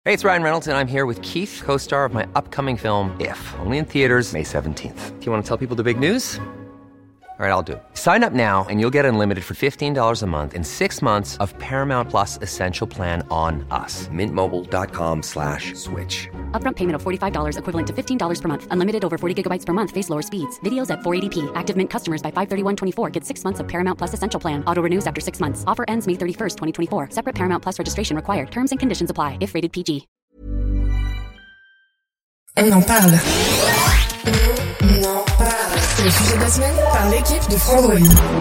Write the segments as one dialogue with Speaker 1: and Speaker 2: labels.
Speaker 1: Hey, it's Ryan Reynolds, and I'm here with Keith, co-star of my upcoming film, If, only in theaters May 17th. Do you want to tell people the big news? All right, I'll do it. Sign up now and you'll get unlimited for $15 a month and 6 months of Paramount Plus Essential Plan on us. MintMobile.com/switch.
Speaker 2: Upfront payment of $45 equivalent to $15 per month. Unlimited over 40 gigabytes per month. Face lower speeds. Videos at 480p. Active Mint customers by 531.24 get 6 months of Paramount Plus Essential Plan. Auto renews after 6 months. Offer ends May 31st, 2024. Separate Paramount Plus registration required. Terms and conditions apply if rated PG.
Speaker 3: On en parle. On en parle. C'est le sujet de la semaine par l'équipe de Frandroid.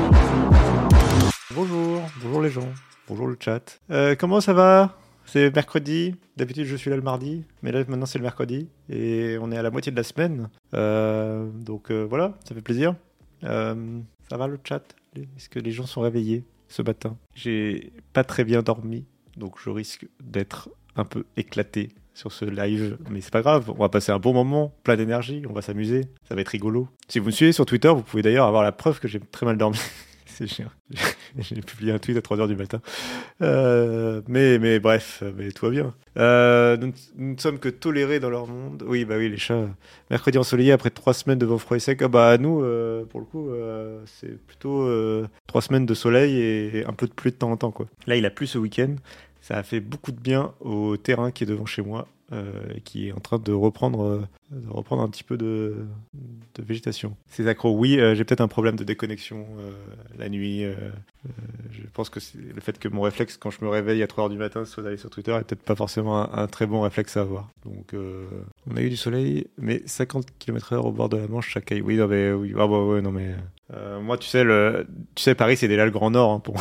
Speaker 4: Bonjour les gens, bonjour le chat. Comment ça va ? C'est mercredi, d'habitude je suis là le mardi, mais là maintenant c'est le mercredi et on est à la moitié de la semaine. Donc voilà, ça fait plaisir. Ça va le chat ? Est-ce que les gens sont réveillés ce matin ? J'ai pas très bien dormi, donc je risque d'être un peu éclaté sur ce live, mais c'est pas grave, on va passer un bon moment, plein d'énergie, on va s'amuser, ça va être rigolo. Si vous me suivez sur Twitter, vous pouvez d'ailleurs avoir la preuve que j'ai très mal dormi. C'est chiant. J'ai publié un tweet à 3h du matin. Mais bref, mais tout va bien. Nous ne sommes que tolérés dans leur monde. Oui, les chats. Mercredi ensoleillé après 3 semaines de vent froid et sec. Nous, pour le coup, c'est plutôt 3 semaines de soleil et un peu de pluie de temps en temps, quoi. Là, il a plu ce week-end. Ça a fait beaucoup de bien au terrain qui est devant chez moi, qui est en train de reprendre un petit peu de végétation. Ces accros, oui, j'ai peut-être un problème de déconnexion la nuit. Je pense que c'est le fait que mon réflexe, quand je me réveille à 3h du matin, soit d'aller sur Twitter, est peut-être pas forcément un très bon réflexe à avoir. Donc, on a eu du soleil, mais 50 km/h au bord de la Manche, chaque oui, non, mais oui. Moi, tu sais, Paris, c'est déjà le Grand Nord, hein, pour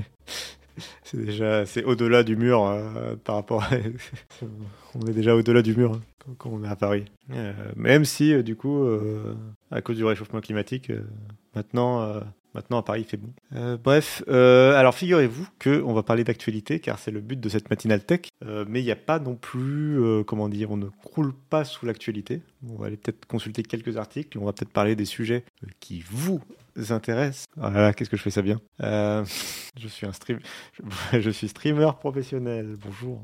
Speaker 4: c'est au-delà du mur par rapport à... On est déjà au-delà du mur quand on est à Paris. Même si, du coup, à cause du réchauffement climatique, maintenant à Paris, il fait bon. Alors figurez-vous qu'on va parler d'actualité, car c'est le but de cette matinale tech, mais il n'y a pas non plus, on ne croule pas sous l'actualité. On va aller peut-être consulter quelques articles, on va peut-être parler des sujets qui vous intéressent. Ah là là, qu'est-ce que je fais ça bien. Je suis streamer professionnel, bonjour.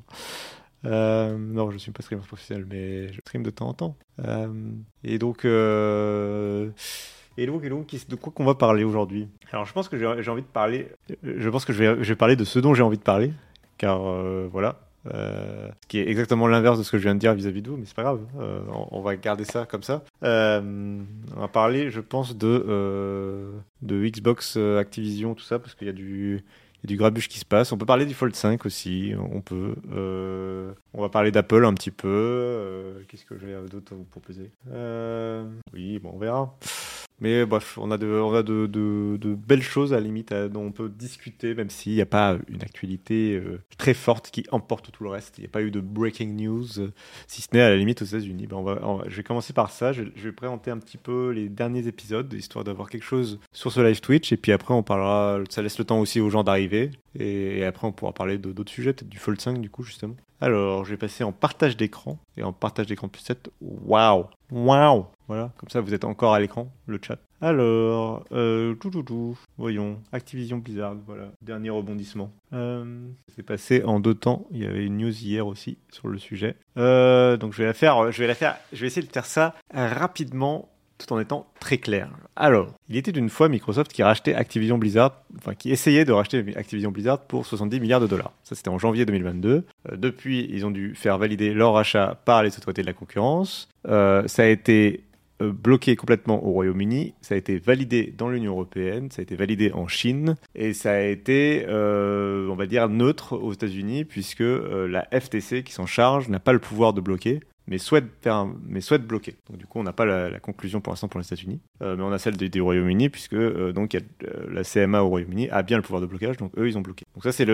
Speaker 4: Non, je suis pas streamer professionnel, mais je stream de temps en temps. Et donc, de quoi qu'on va parler aujourd'hui ? Alors, je pense que j'ai envie de parler. Je pense que je vais parler de ce dont j'ai envie de parler, car voilà. Ce qui est exactement l'inverse de ce que je viens de dire vis-à-vis de vous, mais c'est pas grave. On va garder ça comme ça. On va parler, je pense, de Xbox, Activision, tout ça, parce qu'il y a du grabuge qui se passe. On peut parler du Fold 5 aussi, on peut. On va parler d'Apple un petit peu. Qu'est-ce que j'ai d'autre à vous proposer ? Oui, bon, on verra. Mais bref, on a de belles choses à la limite dont on peut discuter, même s'il n'y a pas une actualité très forte qui emporte tout le reste. Il n'y a pas eu de breaking news, si ce n'est à la limite aux États-Unis. Je vais commencer par ça. Je vais présenter un petit peu les derniers épisodes, histoire d'avoir quelque chose sur ce live Twitch. Et puis après, on parlera. Ça laisse le temps aussi aux gens d'arriver. Et après, on pourra parler d'autres sujets, peut-être du Fold 5 du coup, justement. Alors, je vais passer en partage d'écran. Et en partage d'écran plus 7. Waouh. Voilà, comme ça vous êtes encore à l'écran, le chat. Alors, voyons, Activision Blizzard, voilà, dernier rebondissement. C'est passé en 2 temps, il y avait une news hier aussi sur le sujet. Donc je vais essayer de faire ça rapidement, tout en étant très clair. Alors, il était d'une fois Microsoft qui rachetait Activision Blizzard, qui essayait de racheter Activision Blizzard pour 70 milliards de dollars. Ça, c'était en janvier 2022. Depuis, ils ont dû faire valider leur rachat par les autorités de la concurrence. Ça a été bloqué complètement au Royaume-Uni, ça a été validé dans l'Union Européenne, ça a été validé en Chine, et ça a été, on va dire, neutre aux États-Unis, puisque la FTC qui s'en charge n'a pas le pouvoir de bloquer, mais souhaite bloquer. Donc du coup, on n'a pas la conclusion pour l'instant pour les États-Unis, mais on a celle du Royaume-Uni, puisque donc la CMA au Royaume-Uni a bien le pouvoir de blocage, donc eux ils ont bloqué. Donc ça c'est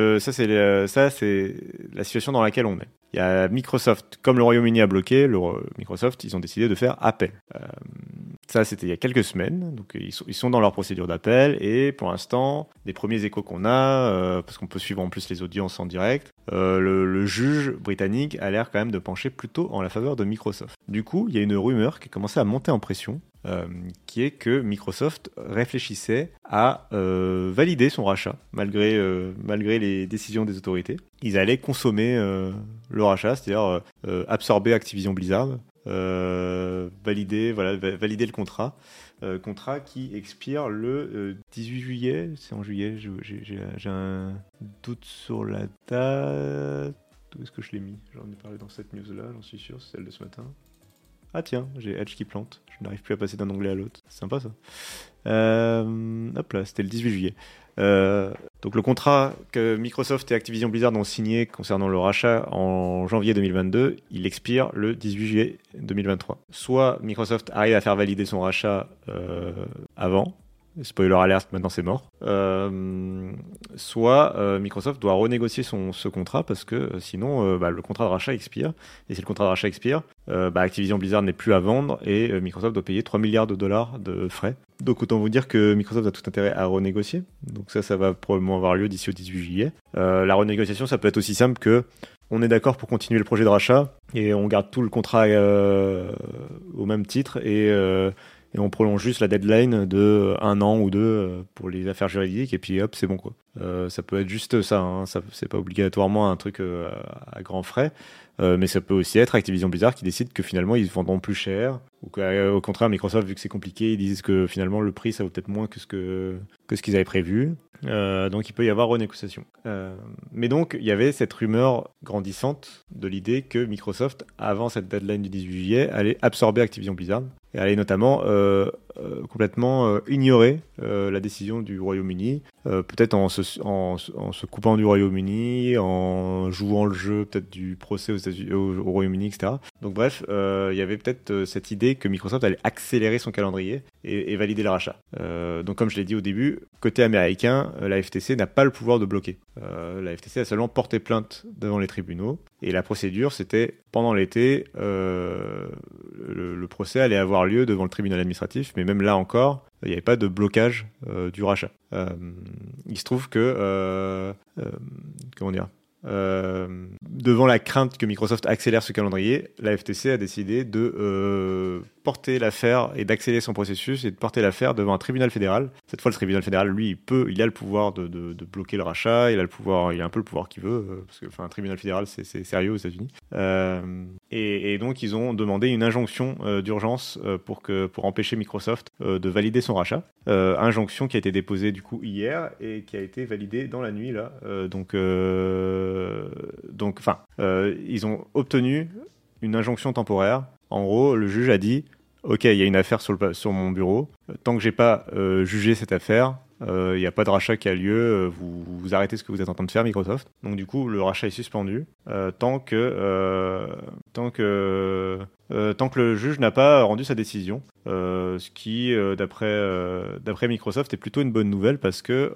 Speaker 4: la situation dans laquelle on est. Il y a Microsoft, comme le Royaume-Uni a bloqué, Microsoft ils ont décidé de faire appel. Ça c'était il y a quelques semaines, donc ils sont dans leur procédure d'appel, et pour l'instant, les premiers échos qu'on a, parce qu'on peut suivre en plus les audiences en direct, le juge britannique a l'air quand même de pencher plutôt en la faveur de Microsoft. Du coup, il y a une rumeur qui a commencé à monter en pression, qui est que Microsoft réfléchissait à valider son rachat, malgré les décisions des autorités. Ils allaient consommer le rachat, c'est-à-dire absorber Activision Blizzard, valider le contrat. Contrat qui expire le 18 juillet. C'est en juillet, j'ai un doute sur la date. Où est-ce que je l'ai mis ? J'en ai parlé dans cette news-là, j'en suis sûr, c'est celle de ce matin. Ah tiens, j'ai Edge qui plante. Je n'arrive plus à passer d'un onglet à l'autre. C'est sympa ça. Hop là, c'était le 18 juillet. Donc le contrat que Microsoft et Activision Blizzard ont signé concernant le rachat en janvier 2022, il expire le 18 juillet 2023. Soit Microsoft arrive à faire valider son rachat avant, spoiler alert, maintenant c'est mort. Soit Microsoft doit renégocier ce contrat parce que sinon le contrat de rachat expire. Et si le contrat de rachat expire, Activision Blizzard n'est plus à vendre et Microsoft doit payer 3 milliards de dollars de frais. Donc autant vous dire que Microsoft a tout intérêt à renégocier. Donc ça va probablement avoir lieu d'ici au 18 juillet. La renégociation, ça peut être aussi simple que on est d'accord pour continuer le projet de rachat et on garde tout le contrat au même titre et on prolonge juste la deadline de 1 an ou 2 pour les affaires juridiques et puis hop, c'est bon quoi. Ça peut être juste ça, hein. Ça c'est pas obligatoirement un truc à grands frais, mais ça peut aussi être Activision Blizzard qui décide que finalement ils vendront plus cher ou qu'au contraire Microsoft, vu que c'est compliqué, ils disent que finalement le prix ça vaut peut-être moins que ce qu'ils avaient prévu. Donc il peut y avoir renégociation. Mais donc il y avait cette rumeur grandissante de l'idée que Microsoft, avant cette deadline du 18 juillet, allait absorber Activision Blizzard et allait notamment complètement ignorer la décision du Royaume-Uni, peut-être en se coupant du Royaume-Uni, en jouant le jeu peut-être du procès au Royaume-Uni, etc. Donc bref, il y avait peut-être cette idée que Microsoft allait accélérer son calendrier et valider le rachat. Donc comme je l'ai dit au début, côté américain, la FTC n'a pas le pouvoir de bloquer. La FTC a seulement porté plainte devant les tribunaux et la procédure c'était pendant l'été, le procès allait avoir lieu devant le tribunal administratif, mais même là encore, il n'y avait pas de blocage du rachat. Il se trouve que devant la crainte que Microsoft accélère ce calendrier, la FTC a décidé de porter l'affaire et d'accélérer son processus et de porter l'affaire devant un tribunal fédéral. Cette fois, le tribunal fédéral, lui, il a le pouvoir de bloquer le rachat, il a un peu le pouvoir qu'il veut, parce que un tribunal fédéral, c'est sérieux aux États-Unis. Et donc, ils ont demandé une injonction d'urgence pour empêcher Microsoft de valider son rachat. Injonction qui a été déposée du coup hier et qui a été validée dans la nuit là. Ils ont obtenu une injonction temporaire. En gros, le juge a dit ok, il y a une affaire sur mon bureau. Tant que j'ai pas jugé cette affaire, il n'y a pas de rachat qui a lieu. Vous arrêtez ce que vous êtes en train de faire, Microsoft. Donc du coup, le rachat est suspendu tant que le juge n'a pas rendu sa décision. Ce qui, d'après Microsoft, est plutôt une bonne nouvelle parce que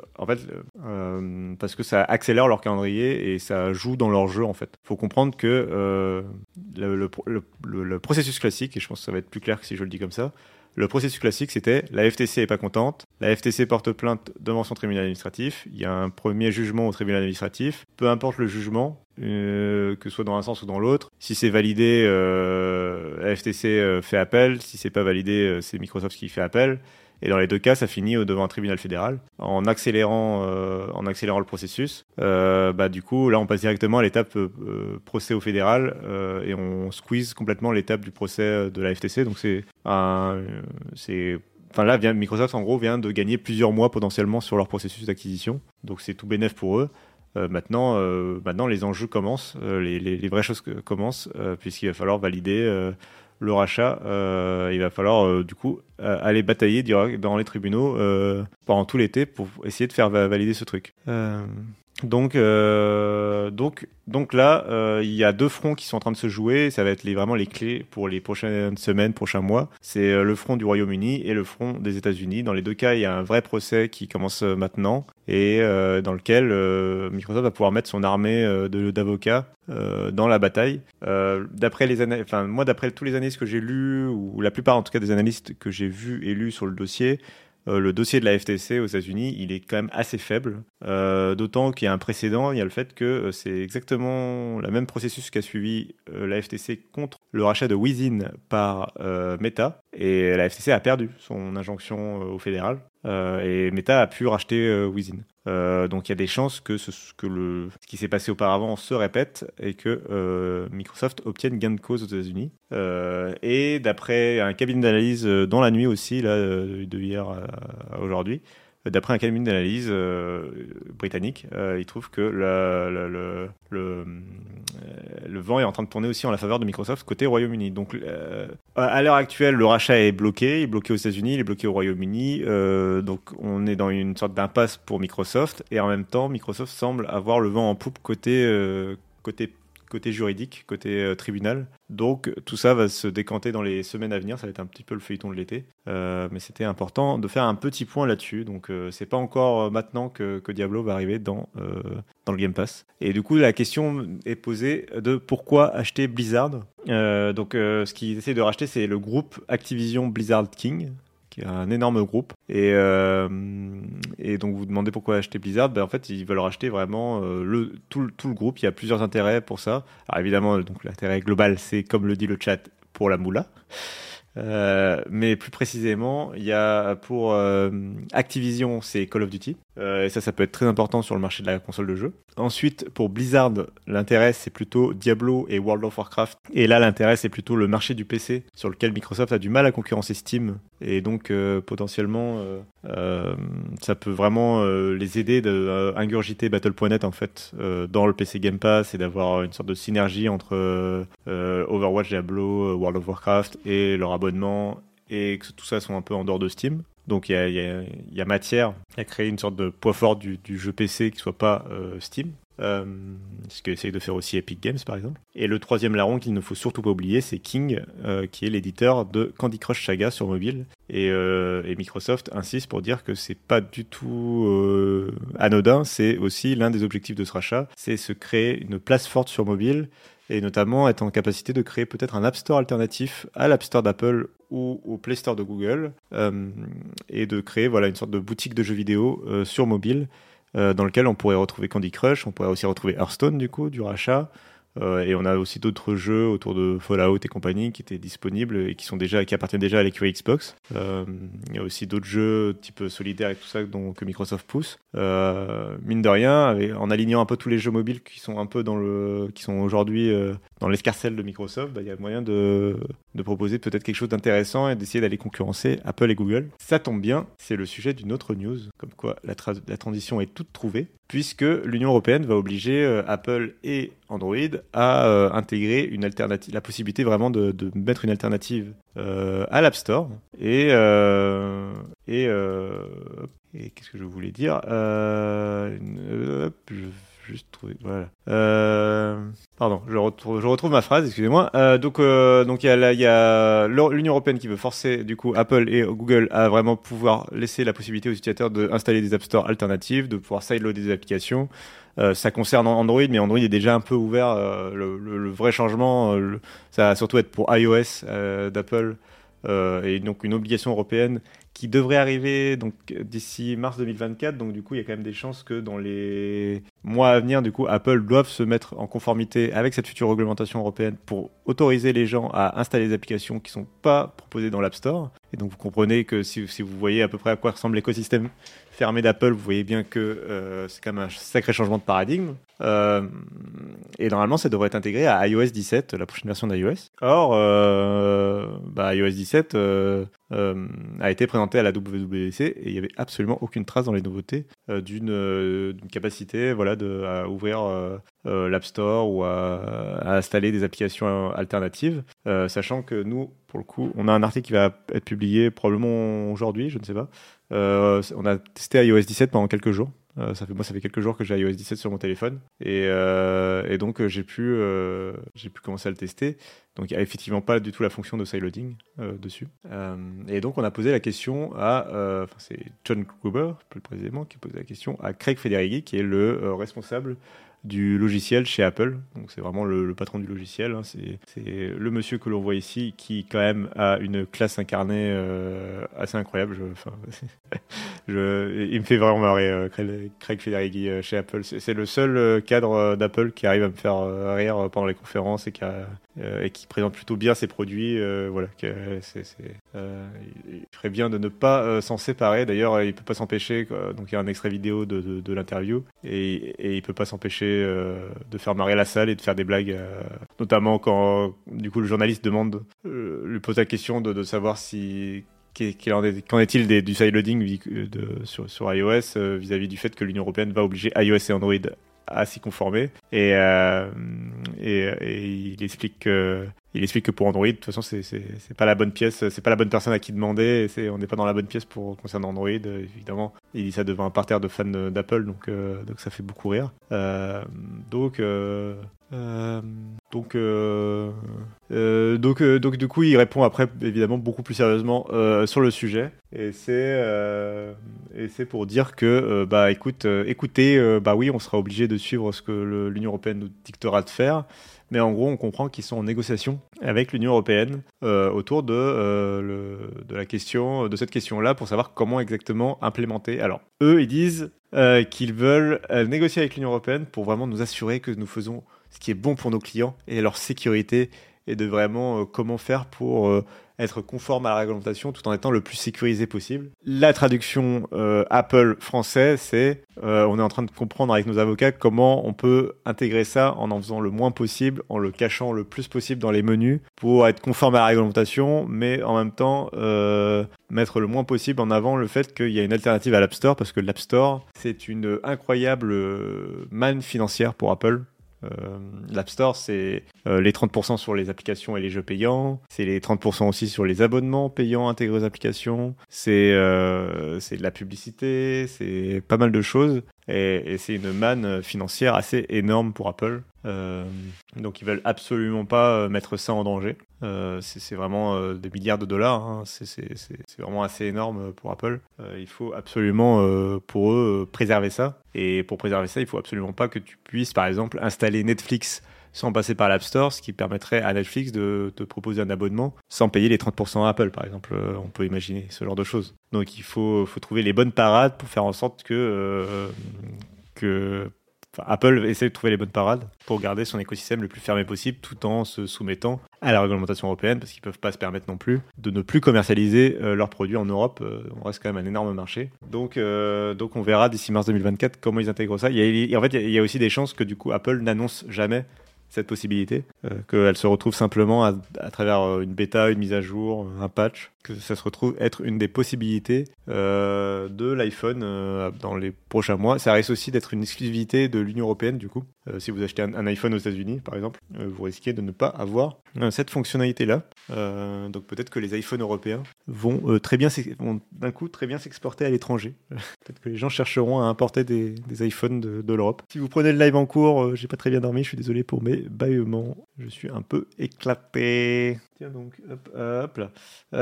Speaker 4: ça accélère leur calendrier et ça joue dans leur jeu en fait. Faut comprendre que le processus classique, et je pense que ça va être plus clair que si je le dis comme ça. Le processus classique, c'était la FTC est pas contente, la FTC porte plainte devant son tribunal administratif, il y a un premier jugement au tribunal administratif, peu importe le jugement, que ce soit dans un sens ou dans l'autre, si c'est validé, la FTC fait appel, si c'est pas validé, c'est Microsoft qui fait appel. Et dans les deux cas, ça finit devant un tribunal fédéral. En accélérant le processus, du coup, là, on passe directement à l'étape procès au fédéral et on squeeze complètement l'étape du procès de la FTC. Donc Microsoft, en gros, vient de gagner plusieurs mois potentiellement sur leur processus d'acquisition. Donc, c'est tout bénef pour eux. Maintenant, les enjeux commencent, les vraies choses commencent, puisqu'il va falloir valider le rachat. Il va falloir du coup aller batailler dans les tribunaux pendant tout l'été pour essayer de faire valider ce truc. Donc là, il y a deux fronts qui sont en train de se jouer. Ça va être vraiment les clés pour les prochaines semaines, prochains mois. C'est le front du Royaume-Uni et le front des États-Unis. Dans les deux cas, il y a un vrai procès qui commence maintenant et dans lequel Microsoft va pouvoir mettre son armée d'avocats dans la bataille. D'après tous les analystes que j'ai lus, ou la plupart en tout cas des analystes que j'ai vus et lus sur le dossier, le dossier de la FTC aux États-Unis, il est quand même assez faible. D'autant qu'il y a un précédent, il y a le fait que c'est exactement le même processus qu'a suivi la FTC contre le rachat de Within par Meta. Et la FTC a perdu son injonction au fédéral. Et Meta a pu racheter Within. Donc il y a des chances que ce qui s'est passé auparavant se répète et que Microsoft obtienne gain de cause aux États-Unis. Et d'après un cabinet d'analyse dans la nuit aussi, là, de hier à aujourd'hui, d'après un cabinet d'analyse britannique, il trouve que le vent est en train de tourner aussi en la faveur de Microsoft côté Royaume-Uni. Donc à l'heure actuelle, le rachat est bloqué. Il est bloqué aux États-Unis, il est bloqué au Royaume-Uni. Donc on est dans une sorte d'impasse pour Microsoft. Et en même temps, Microsoft semble avoir le vent en poupe côté juridique, côté tribunal. Donc tout ça va se décanter dans les semaines à venir. Ça va être un petit peu le feuilleton de l'été. Mais c'était important de faire un petit point là-dessus. Donc c'est pas encore maintenant que Diablo va arriver dans le Game Pass. Et du coup, la question est posée de pourquoi acheter Blizzard. Donc ce qu'ils essaient de racheter, c'est le groupe Activision Blizzard King, qui est un énorme groupe. Et donc vous demandez pourquoi acheter Blizzard. En fait, ils veulent racheter vraiment tout le groupe. Il y a plusieurs intérêts pour ça. Alors évidemment, donc, l'intérêt global, c'est, comme le dit le chat, pour la moula. Mais plus précisément, il y a pour Activision, c'est Call of Duty. Et ça peut être très important sur le marché de la console de jeu. Ensuite, pour Blizzard, l'intérêt, c'est plutôt Diablo et World of Warcraft. Et là, l'intérêt, c'est plutôt le marché du PC, sur lequel Microsoft a du mal à concurrencer Steam. Et donc, potentiellement, ça peut vraiment les aider d'ingurgiter Battle.net, en fait, dans le PC Game Pass, et d'avoir une sorte de synergie entre Overwatch, Diablo, World of Warcraft et leur abonnement, et que tout ça soit un peu en dehors de Steam. Donc il y a matière à créer une sorte de poids fort du jeu PC qui soit pas Steam. Ce qu'essaye de faire aussi Epic Games par exemple. Et le troisième larron qu'il ne faut surtout pas oublier, c'est King, qui est l'éditeur de Candy Crush Saga sur mobile. Et Microsoft insiste pour dire que c'est pas du tout anodin, c'est aussi l'un des objectifs de ce rachat, c'est se créer une place forte sur mobile, et notamment être en capacité de créer peut-être un App Store alternatif à l'App Store d'Apple ou au Play Store de Google, et de créer une sorte de boutique de jeux vidéo sur mobile, dans lequel on pourrait retrouver Candy Crush, on pourrait aussi retrouver Hearthstone du rachat, et on a aussi d'autres jeux autour de Fallout et compagnie qui étaient disponibles et qui appartiennent déjà à l'écurie Xbox. Il y a aussi d'autres jeux type solitaire et tout ça que Microsoft pousse. Mine de rien, en alignant un peu tous les jeux mobiles qui sont un peu qui sont aujourd'hui dans l'escarcelle de Microsoft, il y a moyen de proposer peut-être quelque chose d'intéressant et d'essayer d'aller concurrencer Apple et Google. Ça tombe bien, c'est le sujet d'une autre news, comme quoi la transition est toute trouvée, puisque l'Union européenne va obliger Apple et Android à intégrer une alternative, la possibilité vraiment de mettre une alternative à l'App Store. Et qu'est-ce que je voulais dire, juste trouver, voilà. Pardon, je retrouve ma phrase, excusez-moi. Donc il y a l'Union européenne qui veut forcer du coup Apple et Google à vraiment pouvoir laisser la possibilité aux utilisateurs d'installer des App Store alternatives, de pouvoir sideloader des applications. Ça concerne Android, mais Android est déjà un peu ouvert. Le vrai changement, ça va surtout être pour iOS d'Apple, et donc une obligation européenne qui devrait arriver donc d'ici mars 2024. Donc du coup, il y a quand même des chances que dans les mois à venir, du coup, Apple doive se mettre en conformité avec cette future réglementation européenne pour autoriser les gens à installer des applications qui ne sont pas proposées dans l'App Store. Et donc vous comprenez que si vous voyez à peu près à quoi ressemble l'écosystème fermé d'Apple, vous voyez bien que c'est quand même un sacré changement de paradigme. Et normalement, ça devrait être intégré à iOS 17, la prochaine version d'iOS. Or, iOS 17 a été présenté à la WWDC et il n'y avait absolument aucune trace dans les nouveautés d'une capacité à ouvrir l'App Store ou à installer des applications alternatives, sachant que nous, pour le coup, on a un article qui va être publié probablement aujourd'hui, je ne sais pas. On a testé iOS 17 pendant quelques jours. Ça fait quelques jours que j'ai iOS 17 sur mon téléphone, et donc j'ai pu commencer à le tester. Donc il n'y a effectivement pas du tout la fonction de sideloading dessus. Et donc on a posé la question c'est John Gruber, plus précisément, qui a posé la question à Craig Federighi, qui est le responsable du logiciel chez Apple. Donc c'est vraiment le patron du logiciel. Hein. C'est le monsieur que l'on voit ici qui quand même a une classe incarnée assez incroyable. Il me fait vraiment marrer, Craig Federighi chez Apple. C'est le seul cadre d'Apple qui arrive à me faire rire pendant les conférences et qui présente plutôt bien ses produits. Voilà, il ferait bien de ne pas s'en séparer. D'ailleurs, il peut pas s'empêcher. Donc il y a un extrait vidéo de l'interview et il peut pas s'empêcher de faire marrer la salle et de faire des blagues, notamment quand du coup le journaliste lui pose la question de savoir si qu'en est-il du sideloading sur iOS vis-à-vis du fait que l'Union européenne va obliger iOS et Android à s'y conformer et il explique que pour Android de toute façon c'est pas la bonne pièce, c'est pas la bonne personne à qui demander, on n'est pas dans la bonne pièce concernant Android, évidemment. Il dit ça devant un parterre de fans d'Apple, donc ça fait beaucoup rire. Donc du coup il répond après évidemment beaucoup plus sérieusement sur le sujet et c'est pour dire que écoutez, oui, on sera obligé de suivre ce que l'Union européenne nous dictera de faire. Mais en gros, on comprend qu'ils sont en négociation avec l'Union européenne autour de cette question-là pour savoir comment exactement implémenter. Alors, eux, ils disent qu'ils veulent négocier avec l'Union européenne pour vraiment nous assurer que nous faisons ce qui est bon pour nos clients et leur sécurité et de vraiment comment faire pour être conforme à la réglementation tout en étant le plus sécurisé possible. La traduction Apple français, c'est on est en train de comprendre avec nos avocats comment on peut intégrer ça en faisant le moins possible, en le cachant le plus possible dans les menus pour être conforme à la réglementation, mais en même temps mettre le moins possible en avant le fait qu'il y a une alternative à l'App Store, parce que l'App Store, c'est une incroyable manne financière pour Apple. L'App Store, c'est les 30% sur les applications et les jeux payants, c'est les 30% aussi sur les abonnements payants intégrés aux applications, c'est de la publicité, c'est pas mal de choses et c'est une manne financière assez énorme pour Apple. Donc ils veulent absolument pas mettre ça en danger. C'est vraiment des milliards de dollars, hein. C'est vraiment assez énorme pour Apple. Il faut absolument pour eux préserver ça. Et pour préserver ça, il faut absolument pas que tu puisses par exemple installer Netflix sans passer par l'App Store, ce qui permettrait à Netflix de te proposer un abonnement sans payer les 30% à Apple, par exemple. On peut imaginer ce genre de choses. Donc il faut trouver les bonnes parades pour faire en sorte que Apple essaie de trouver les bonnes parades pour garder son écosystème le plus fermé possible tout en se soumettant à la réglementation européenne, parce qu'ils ne peuvent pas se permettre non plus de ne plus commercialiser leurs produits en Europe. On reste quand même un énorme marché. Donc on verra d'ici mars 2024 comment ils intègrent ça. Il y a aussi des chances que du coup Apple n'annonce jamais cette possibilité, qu'elle se retrouve simplement à travers une bêta, une mise à jour, un patch, que ça se retrouve être une des possibilités de l'iPhone dans les prochains mois. Ça risque aussi d'être une exclusivité de l'Union européenne du coup. Si vous achetez un iPhone aux États-Unis par exemple, vous risquez de ne pas avoir cette fonctionnalité-là. Donc peut-être que les iPhones européens vont d'un coup très bien s'exporter à l'étranger. Peut-être que les gens chercheront à importer des iPhones de l'Europe. Si vous prenez le live en cours, j'ai pas très bien dormi, je suis désolé pour mes bâillements. Je suis un peu éclaté. Tiens donc, hop là.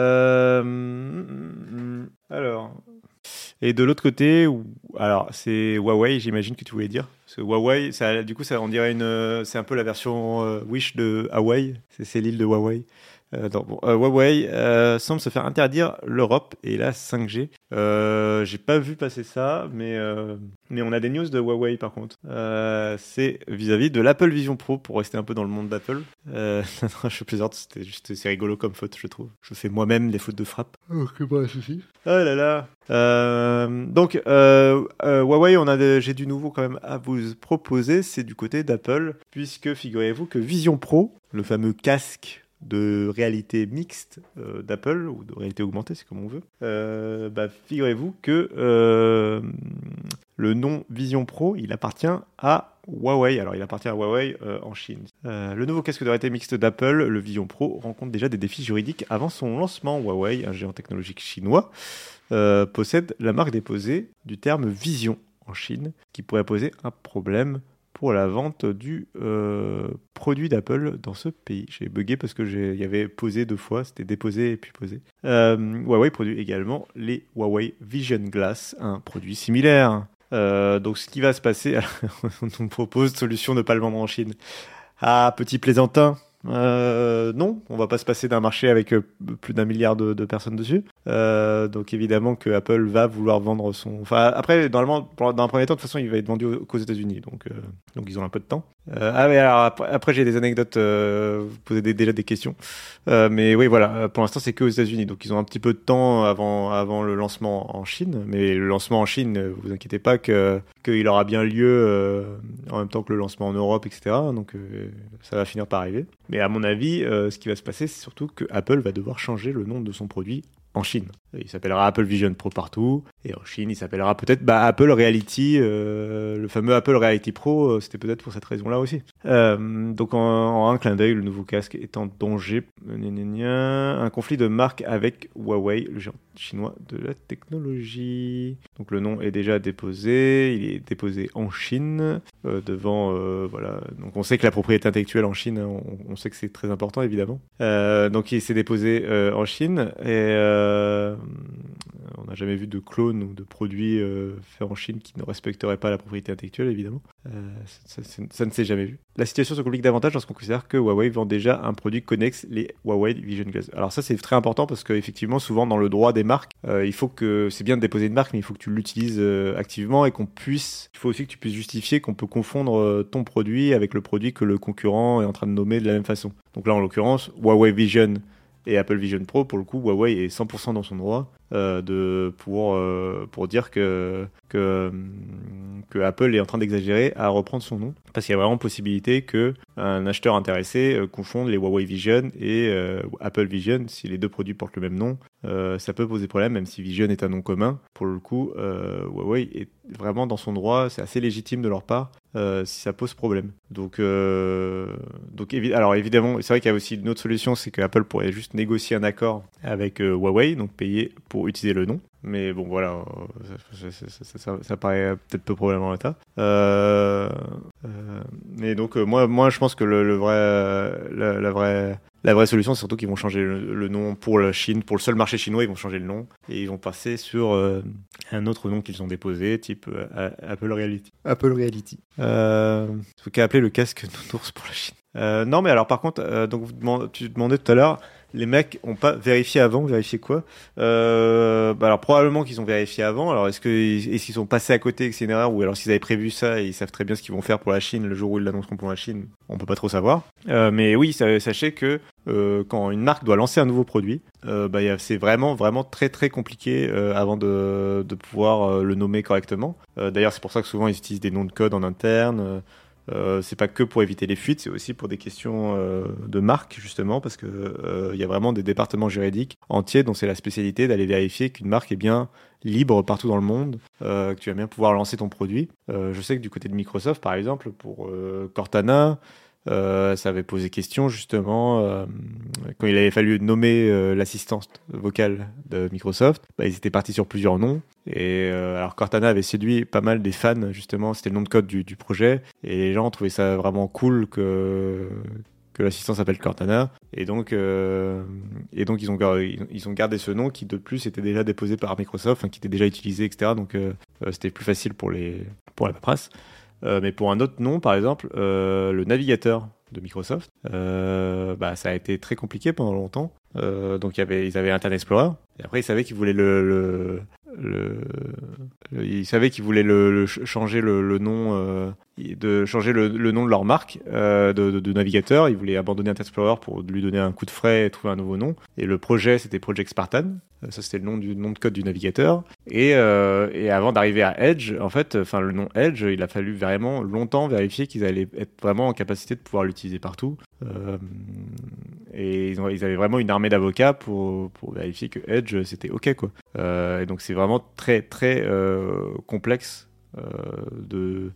Speaker 4: Alors, et de l'autre côté, alors c'est Huawei, j'imagine que tu voulais dire. Parce que Huawei, du coup, on dirait c'est un peu la version Wish de Hawaï. C'est l'île de Huawei. Huawei semble se faire interdire l'Europe et la 5G. J'ai pas vu passer ça, mais on a des news de Huawei par contre. C'est vis-à-vis de l'Apple Vision Pro, pour rester un peu dans le monde d'Apple. Je plaisante, c'est rigolo comme faute, je trouve. Je fais moi-même des fautes de frappe.
Speaker 5: Ok, pas de soucis.
Speaker 4: Oh là là. Donc Huawei, j'ai du nouveau quand même à vous proposer. C'est du côté d'Apple, puisque figurez-vous que Vision Pro, le fameux casque de réalité mixte d'Apple, ou de réalité augmentée, c'est comme on veut, figurez-vous que le nom Vision Pro, il appartient à Huawei. Alors, il appartient à Huawei en Chine. Le nouveau casque de réalité mixte d'Apple, le Vision Pro, rencontre déjà des défis juridiques avant son lancement. Huawei, un géant technologique chinois, possède la marque déposée du terme Vision en Chine, qui pourrait poser un problème pour la vente du produit d'Apple dans ce pays. J'ai bugué parce que il y avait posé 2 fois, c'était déposé et puis posé. Huawei produit également les Huawei Vision Glass, un produit similaire Donc ce qui va se passer, on nous propose solution de ne pas le vendre en Chine. Ah, petit plaisantin. Non, on va pas se passer d'un marché avec plus d'1 milliard de personnes dessus. Donc évidemment que Apple va vouloir vendre son. Enfin après, normalement, dans un premier temps, de toute façon, il va être vendu qu'aux États-Unis, donc ils ont un peu de temps. Ah mais alors après j'ai des anecdotes. Vous posez déjà des questions. Mais oui, voilà. Pour l'instant, c'est que aux États-Unis, donc ils ont un petit peu de temps avant le lancement en Chine. Mais le lancement en Chine, vous inquiétez pas qu'il aura bien lieu en même temps que le lancement en Europe, etc. Donc ça va finir par arriver. Mais à mon avis, ce qui va se passer, c'est surtout que Apple va devoir changer le nom de son produit en Chine. Il s'appellera Apple Vision Pro partout, et en Chine, il s'appellera peut-être Apple Reality, le fameux Apple Reality Pro, c'était peut-être pour cette raison-là aussi. Donc en un clin d'œil, le nouveau casque est en danger. Un conflit de marque avec Huawei, le géant chinois de la technologie. Donc le nom est déjà déposé, il est déposé en Chine, devant, voilà. Donc on sait que la propriété intellectuelle en Chine, on sait que c'est très important évidemment. Donc il s'est déposé en Chine, et on n'a jamais vu de clone ou de produit fait en Chine qui ne respecterait pas la propriété intellectuelle, évidemment. Ça ne s'est jamais vu. La situation se complique davantage lorsqu'on considère que Huawei vend déjà un produit connexe, les Huawei Vision Glass. Alors ça, c'est très important parce qu'effectivement, souvent dans le droit des marques, c'est bien de déposer une marque, mais il faut que tu l'utilises activement et il faut aussi que tu puisses justifier qu'on peut confondre ton produit avec le produit que le concurrent est en train de nommer de la même façon. Donc là, en l'occurrence, Huawei Vision et Apple Vision Pro, pour le coup, Huawei est 100% dans son droit pour dire que Apple est en train d'exagérer à reprendre son nom, parce qu'il y a vraiment possibilité que un acheteur intéressé confonde les Huawei Vision et Apple Vision. Si les deux produits portent le même nom, ça peut poser problème, même si Vision est un nom commun. Pour le coup, Huawei est vraiment dans son droit, c'est assez légitime de leur part si ça pose problème. Donc alors évidemment, c'est vrai qu'il y a aussi une autre solution, c'est que Apple pourrait juste négocier un accord avec Huawei, donc payer pour utiliser le nom. Mais bon, voilà, ça paraît peut-être peu probable en l'état. Mais donc, moi, je pense que la vraie solution, c'est surtout qu'ils vont changer le nom pour la Chine, pour le seul marché chinois, ils vont changer le nom et ils vont passer sur un autre nom qu'ils ont déposé, type Apple Reality. Apple Reality. Faut qu'à appeler le casque nounours pour la Chine. Non, mais alors par contre, donc tu demandais tout à l'heure, les mecs ont pas vérifié avant, vérifié quoi alors probablement qu'ils ont vérifié avant. Alors est-ce qu'ils sont passés à côté, que c'est une erreur, ou alors s'ils avaient prévu ça et ils savent très bien ce qu'ils vont faire pour la Chine le jour où ils l'annonceront pour la Chine, on peut pas trop savoir. Mais oui, sachez que quand une marque doit lancer un nouveau produit, c'est vraiment très très compliqué avant de pouvoir le nommer correctement. D'ailleurs, c'est pour ça que souvent ils utilisent des noms de code en interne. C'est pas que pour éviter les fuites, c'est aussi pour des questions de marque, justement, parce que y a vraiment des départements juridiques entiers dont c'est la spécialité d'aller vérifier qu'une marque est bien libre partout dans le monde, que tu vas bien pouvoir lancer ton produit. Je sais que du côté de Microsoft, par exemple, pour Cortana, ça avait posé question justement quand il avait fallu nommer l'assistance vocale de Microsoft. Ils étaient partis sur plusieurs noms, et alors Cortana avait séduit pas mal des fans, justement, c'était le nom de code du projet, et les gens trouvaient ça vraiment cool que l'assistant s'appelle Cortana, et donc ils ont gardé ce nom qui de plus était déjà déposé par Microsoft, qui était déjà utilisé, etc. Donc c'était plus facile pour la paperasse. Mais pour un autre nom, par exemple, le navigateur de Microsoft, ça a été très compliqué pendant longtemps. Donc ils avaient Internet Explorer, et après ils savaient qu'ils voulaient changer le nom, changer le nom de leur marque de navigateur. Ils voulaient abandonner Internet Explorer pour lui donner un coup de frais et trouver un nouveau nom. Et le projet, c'était Project Spartan. Ça, c'était le nom de code du navigateur. Et avant d'arriver à Edge, en fait, le nom Edge, il a fallu vraiment longtemps vérifier qu'ils allaient être vraiment en capacité de pouvoir l'utiliser partout. Et ils avaient vraiment une armée d'avocats pour vérifier que Edge, c'était OK, quoi. Et donc, c'est vraiment très, très complexe de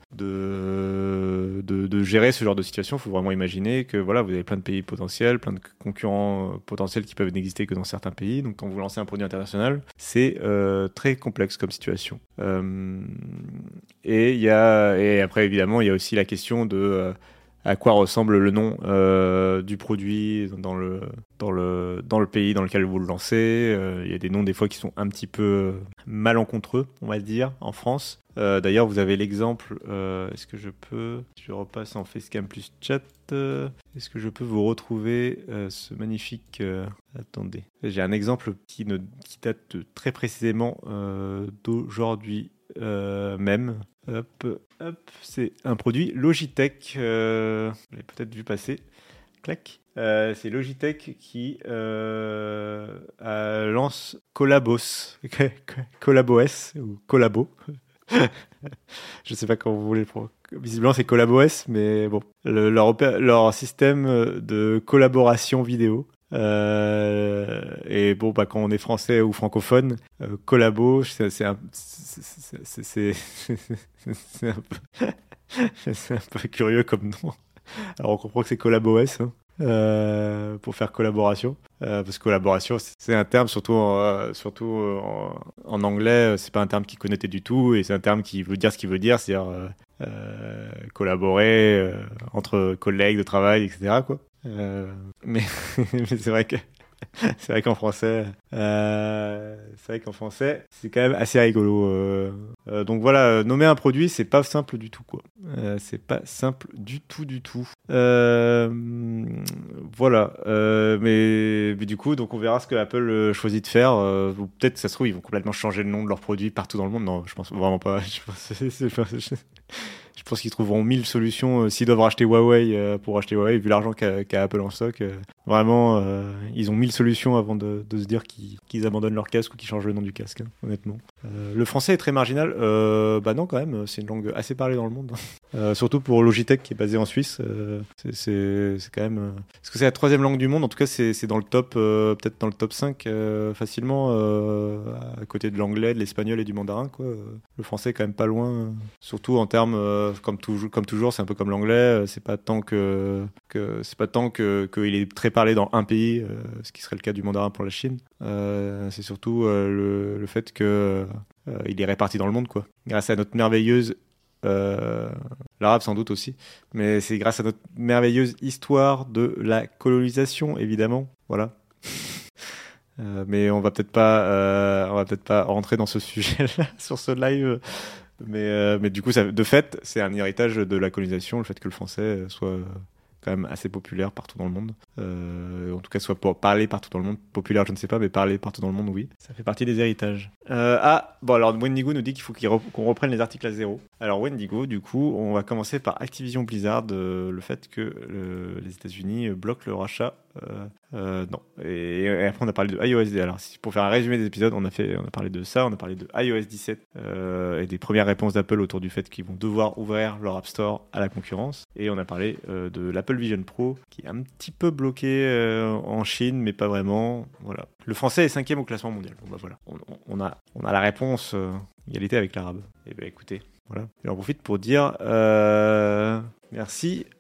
Speaker 4: gérer ce genre de situation. Il faut vraiment imaginer que voilà, vous avez plein de pays potentiels, plein de concurrents potentiels qui peuvent n'exister que dans certains pays. Donc quand vous lancez un produit international, c'est très complexe comme situation. Et après évidemment il y a aussi la question de à quoi ressemble le nom du produit dans le pays dans lequel vous le lancez. Il y a des noms des fois qui sont un petit peu malencontreux, on va dire, en France. D'ailleurs, vous avez l'exemple, est-ce que je repasse en Facecam plus chat, est-ce que je peux vous retrouver ce magnifique... attendez, j'ai un exemple qui date de très précisément d'aujourd'hui même. Hop, c'est un produit Logitech, vous l'avez peut-être vu passer, clac. C'est Logitech qui lance Collabos, Collabos ou Collabo. Je sais pas comment vous voulez le visiblement c'est Collabos, mais bon, leur système de collaboration vidéo. Et bon, quand on est français ou francophone, collabo, c'est un peu curieux comme nom. Alors on comprend que c'est collabos, pour faire collaboration, parce que collaboration c'est un terme surtout en anglais, c'est pas un terme qui est connoté du tout, et c'est un terme qui veut dire ce qu'il veut dire, c'est-à-dire collaborer entre collègues de travail, etc. quoi. Mais c'est vrai qu'en français, c'est quand même assez rigolo. Donc voilà, nommer un produit, c'est pas simple du tout, quoi. C'est pas simple du tout. Voilà. Mais du coup, donc on verra ce que Apple choisit de faire. Ou peut-être, ça se trouve, ils vont complètement changer le nom de leurs produits partout dans le monde. Non, je pense vraiment pas. Je pense qu'ils trouveront 1000 solutions s'ils doivent racheter Huawei pour racheter Huawei, vu l'argent qu'a Apple en stock. Vraiment, ils ont 1000 solutions avant de se dire qu'ils abandonnent leur casque ou qu'ils changent le nom du casque, honnêtement. Le français est très marginal. Non, quand même, c'est une langue assez parlée dans le monde. Surtout pour Logitech qui est basé en Suisse. C'est quand même... Est-ce que c'est la 3e langue du monde? En tout cas, c'est dans le top, peut-être dans le top 5 facilement, à côté de l'anglais, de l'espagnol et du mandarin, quoi. Le français est quand même pas loin, surtout en termes... comme toujours, c'est un peu comme l'anglais. C'est pas tant qu'il est très parlé dans un pays, ce qui serait le cas du mandarin pour la Chine. C'est surtout le fait que il est réparti dans le monde, quoi. Grâce à notre merveilleuse l'arabe sans doute aussi, mais c'est grâce à notre merveilleuse histoire de la colonisation, évidemment. Voilà. Mais on va peut-être pas rentrer dans ce sujet-là sur ce live. Mais du coup, de fait, c'est un héritage de la colonisation, le fait que le français soit quand même assez populaire partout dans le monde. En tout cas, soit pour parler partout dans le monde. Populaire, je ne sais pas, mais parler partout dans le monde, oui. Ça fait partie des héritages. Alors Wendigo nous dit qu'il faut qu'on reprenne les articles à zéro. Alors Wendigo, du coup, on va commencer par Activision Blizzard, le fait que les États-Unis bloquent le rachat. Non. Et après, on a parlé de iOS. Alors, pour faire un résumé des épisodes, on a parlé de ça, on a parlé de iOS 17 et des premières réponses d'Apple autour du fait qu'ils vont devoir ouvrir leur App Store à la concurrence. Et on a parlé de l'Apple Vision Pro, qui est un petit peu bloqué en Chine, mais pas vraiment. Voilà. Le français est 5e au classement mondial. Bon, voilà. On a la réponse égalité avec l'arabe. Et ben écoutez, voilà. J'en profite pour dire merci.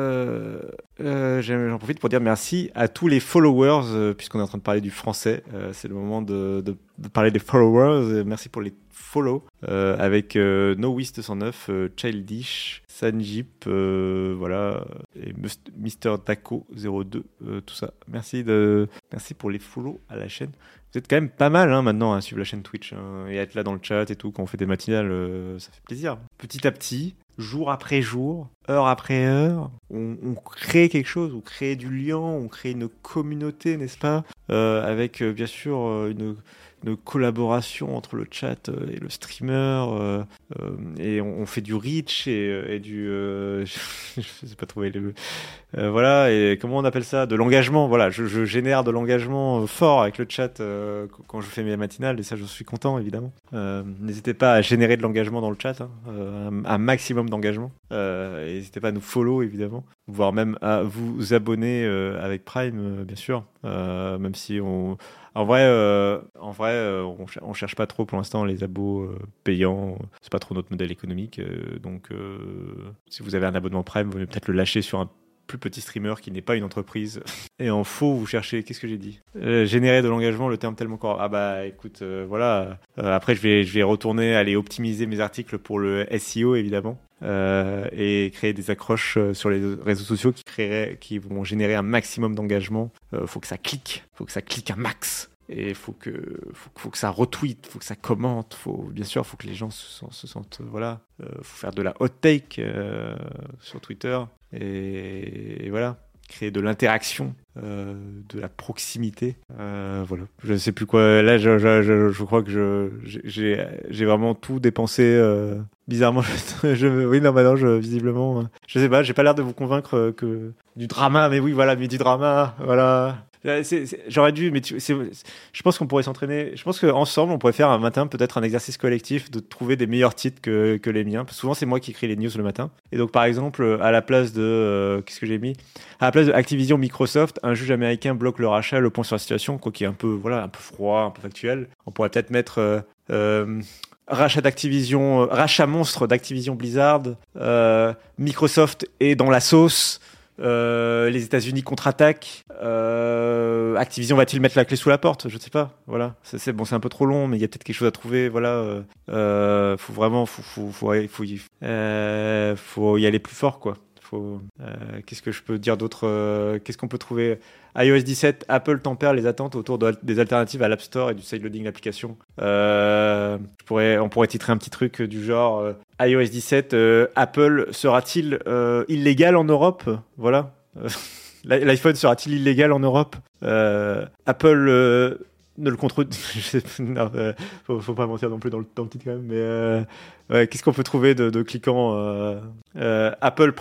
Speaker 4: J'en profite pour dire merci à tous les followers, puisqu'on est en train de parler du français. C'est le moment de parler des followers. Merci pour les follow avec NoWist109, Childish, Sanjip, voilà, et Mr Taco 02, tout ça. Merci pour les follow à la chaîne. Vous êtes quand même pas mal maintenant à suivre la chaîne Twitch et à être là dans le chat et tout quand on fait des matinales, ça fait plaisir. Petit à petit, jour après jour, heure après heure, on crée quelque chose, on crée du lien, on crée une communauté, n'est-ce pas, avec bien sûr une collaboration entre le chat et le streamer, et on fait du reach et du je sais pas trouver le voilà, et comment on appelle ça, de l'engagement. Voilà, je génère de l'engagement fort avec le chat quand je fais mes matinales, et ça je suis content évidemment. N'hésitez pas à générer de l'engagement dans le chat, un maximum d'engagement, et n'hésitez pas à nous follow évidemment, voire même à vous abonner avec Prime, bien sûr, même si en vrai, on cherche pas trop pour l'instant les abos payants. C'est pas trop notre modèle économique. Donc, si vous avez un abonnement Prime, vous pouvez peut-être le lâcher sur un plus petit streamer qui n'est pas une entreprise. Et en faux, vous cherchez, qu'est-ce que j'ai dit, générer de l'engagement, le terme tellement corps. Ah bah écoute, voilà. Après, je vais retourner aller optimiser mes articles pour le SEO évidemment. et créer des accroches sur les réseaux sociaux qui vont générer un maximum d'engagement. Faut que ça clique, un max. Et faut que ça retweet, faut que ça commente, bien sûr, faut que les gens se sentent voilà, faut faire de la hot take sur Twitter et voilà, créer de l'interaction, de la proximité, voilà. Je sais plus quoi. Là, je crois que j'ai vraiment tout dépensé. Bizarrement, oui, non, bah non, visiblement, je sais pas, j'ai pas l'air de vous convaincre que du drama, mais oui, voilà, mais du drama, voilà. J'aurais dû, mais je pense qu'on pourrait s'entraîner. Je pense qu'ensemble, on pourrait faire un matin peut-être un exercice collectif de trouver des meilleurs titres que les miens. Parce que souvent, c'est moi qui écris les news le matin. Et donc, par exemple, à la place de qu'est-ce que j'ai mis ? À la place de Activision Microsoft, un juge américain bloque le rachat, le point sur la situation, quoi, qui est un peu froid, un peu factuel. On pourrait peut-être mettre rachat d'Activision, rachat monstre d'Activision Blizzard. Microsoft est dans la sauce. Les États-Unis contre-attaquent. Activision va-t-il mettre la clé sous la porte ? Je ne sais pas. Voilà. C'est un peu trop long, mais il y a peut-être quelque chose à trouver. Voilà. Faut vraiment, faut y aller plus fort, quoi. Qu'est-ce que je peux dire d'autre ? Qu'est-ce qu'on peut trouver ? iOS 17, Apple tempère les attentes autour des alternatives à l'App Store et du sideloading d'applications. On pourrait titrer un petit truc du genre iOS 17, Apple sera-t-il illégal en Europe ? Voilà. L'iPhone sera-t-il illégal en Europe ? Apple ne le contrôle. Faut pas mentir non plus dans le titre quand même. Mais ouais, qu'est-ce qu'on peut trouver de cliquant ? Apple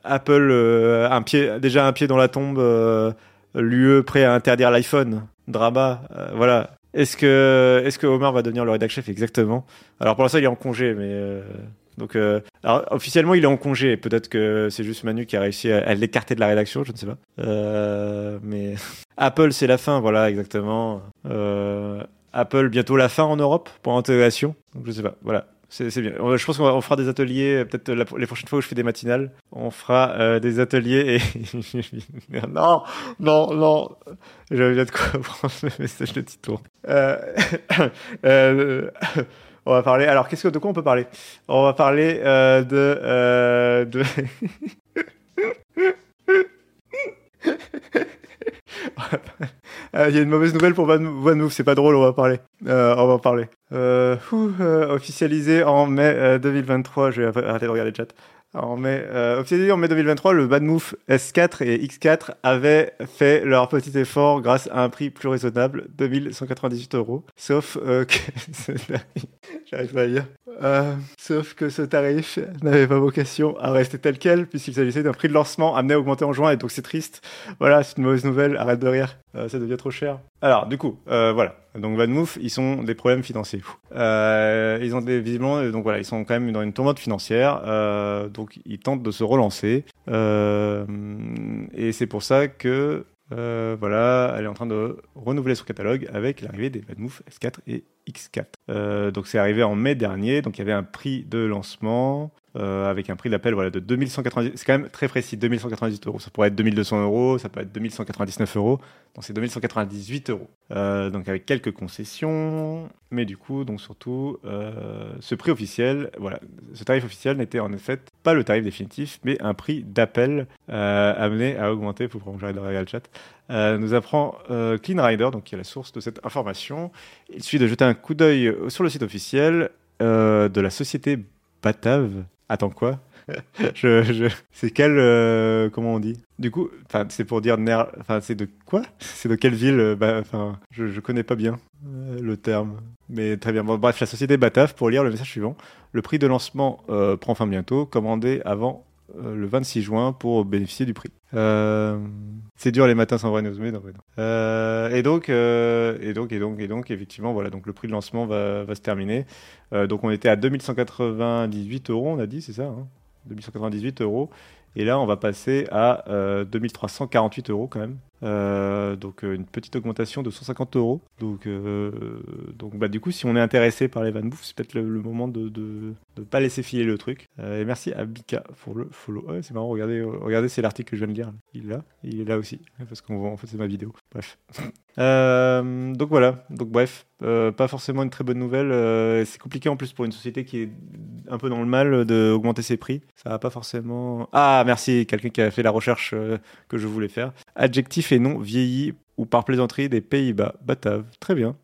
Speaker 4: déjà un pied dans la tombe. L'UE prêt à interdire l'iPhone. Drama. Voilà. Est-ce que Homer va devenir le rédac chef ? Exactement. Alors pour l'instant il est en congé, mais donc alors officiellement il est en congé. Peut-être que c'est juste Manu qui a réussi à l'écarter de la rédaction, je ne sais pas. Mais Apple c'est la fin, voilà exactement. Apple bientôt la fin en Europe pour l'intégration. Donc je sais pas. Voilà. C'est bien. Je pense qu'on fera des ateliers, peut-être les prochaines fois où je fais des matinales, on fera des ateliers et... non, je viens de comprendre le message de Tito. On va parler... Alors, de quoi on peut parler ? On va parler de... Il y a une mauvaise nouvelle pour OneMove, c'est pas drôle, on va en parler. Officialisé en mai 2023, je vais arrêter de regarder le chat. Officialisé en mai 2023, le OneMove S4 et X4 avaient fait leur petit effort grâce à un prix plus raisonnable, 2198 €. Sauf que... J'arrive pas à lire. Sauf que ce tarif n'avait pas vocation à rester tel quel, puisqu'il s'agissait d'un prix de lancement amené à augmenter en juin, et donc c'est triste. Voilà, c'est une mauvaise nouvelle, arrête de rire, ça devient trop cher. Alors, du coup, voilà. Donc OneMove, ils ont des problèmes financiers. Ils ont visiblement, donc voilà, ils sont quand même dans une tourmente financière, donc ils tentent de se relancer. Et c'est pour ça que voilà, elle est en train de renouveler son catalogue avec l'arrivée des OneMove S4 et X4. Donc c'est arrivé en mai dernier, donc il y avait un prix de lancement avec un prix d'appel voilà, de 2190, c'est quand même très précis, 2198 €. Ça pourrait être 2200 €, ça peut être 2199 €, donc c'est 2198 €. Donc avec quelques concessions, mais du coup, donc surtout, ce prix officiel, voilà, ce tarif officiel n'était en effet pas le tarif définitif, mais un prix d'appel amené à augmenter. Il faut vraiment que j'arrête de regarder le chat. Nous apprend Clean Rider, donc qui est la source de cette information. Il suffit de jeter un coup d'œil sur le site officiel de la société Batave. Attends, quoi ? C'est quel... comment on dit ? Du coup, c'est pour dire... c'est de quoi ? C'est de quelle ville ? Je connais pas bien le terme. Mais très bien. Bon, bref, la société Batave, pour lire le message suivant. Le prix de lancement prend fin bientôt. Commandé avant le 26 juin pour bénéficier du prix. C'est dur les matins sans vraie news, mais non. Et donc, effectivement, voilà. Donc le prix de lancement va se terminer. Donc on était à 2198 €, on a dit, c'est ça, hein, 2198 €. Et là, on va passer à 2348 € quand même. Donc une petite augmentation de 150 €. Donc bah, du coup, si on est intéressé par les Van Bouffe, c'est peut-être le moment de pas laisser filer le truc. Et merci à Bika pour le follow. Ouais, c'est marrant, regardez, c'est l'article que je viens de lire. Il est là aussi, parce qu'en fait c'est ma vidéo. Bref. Donc voilà, donc bref, pas forcément une très bonne nouvelle. C'est compliqué en plus pour une société qui est un peu dans le mal d'augmenter ses prix. Ça va pas forcément. Ah, merci, quelqu'un qui a fait la recherche que je voulais faire. Adjectif et nom vieilli ou par plaisanterie des Pays-Bas. Batave, très bien.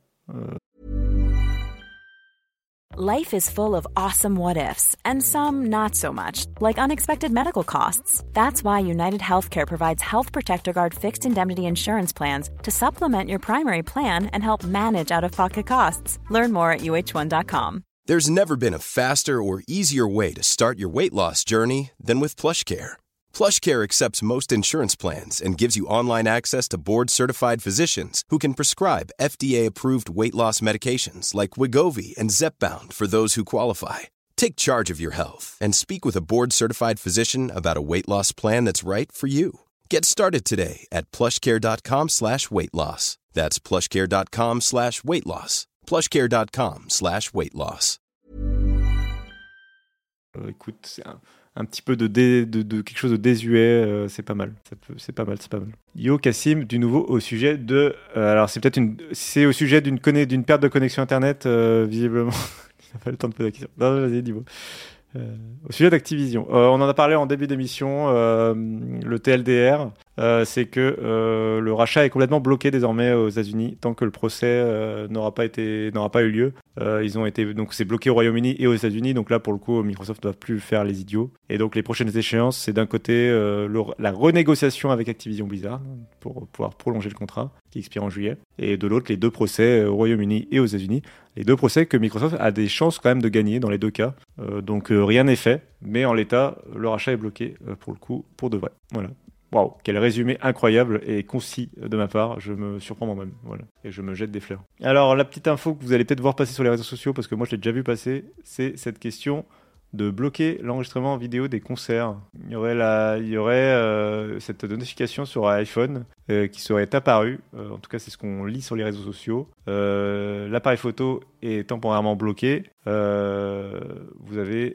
Speaker 5: Life is full of awesome what-ifs, and some not so much, like unexpected medical costs. That's why United Healthcare provides Health Protector Guard fixed indemnity insurance plans to supplement your primary plan and help manage out-of-pocket costs. Learn more at uh1.com.
Speaker 6: There's never been a faster or easier way to start your weight loss journey than with PlushCare. PlushCare accepts most insurance plans and gives you online access to board-certified physicians who can prescribe FDA-approved weight loss medications like Wegovy and Zepbound for those who qualify. Take charge of your health and speak with a board-certified physician about a weight loss plan that's right for you. Get started today at plushcare.com/weight-loss. That's plushcare.com/weight-loss. plushcare.com/weight-loss.
Speaker 4: Écoute, c'est un petit peu de quelque chose de désuet, c'est pas mal. C'est pas mal. Yo Cassim, du nouveau au sujet de. Alors c'est au sujet d'une perte de connexion internet, visiblement. Il n'a pas le temps de poser la question. Non, vas-y, dis-moi. Au sujet d'Activision, on en a parlé en début d'émission. Le TLDR, c'est que le rachat est complètement bloqué désormais aux États-Unis tant que le procès n'aura pas eu lieu. Donc c'est bloqué au Royaume-Uni et aux États-Unis. Donc là, pour le coup, Microsoft ne doit plus faire les idiots. Et donc les prochaines échéances, c'est d'un côté la renégociation avec Activision Blizzard pour pouvoir prolonger le contrat qui expire en juillet, et de l'autre les deux procès au Royaume-Uni et aux États-Unis. Les deux procès que Microsoft a des chances quand même de gagner dans les deux cas. Donc rien n'est fait, mais en l'état, le rachat est bloqué pour le coup, pour de vrai. Voilà. Waouh, quel résumé incroyable et concis de ma part. Je me surprends moi-même. Voilà. Et je me jette des fleurs. Alors, la petite info que vous allez peut-être voir passer sur les réseaux sociaux, parce que moi je l'ai déjà vu passer, c'est cette question de bloquer l'enregistrement vidéo des concerts. Il y aurait cette notification sur iPhone qui serait apparue. En tout cas, c'est ce qu'on lit sur les réseaux sociaux. L'appareil photo est temporairement bloqué. Vous avez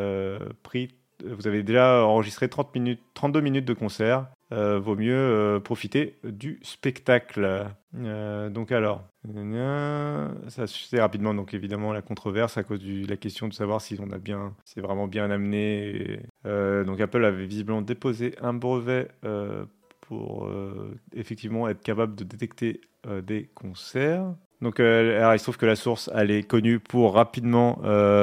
Speaker 4: déjà enregistré 32 minutes de concert. Vaut mieux profiter du spectacle. Donc alors, ça suffit rapidement. Donc évidemment la controverse à cause de la question de savoir si c'est vraiment bien amené. Donc Apple avait visiblement déposé un brevet pour effectivement être capable de détecter des concerts. Donc alors, il se trouve que la source elle est connue pour rapidement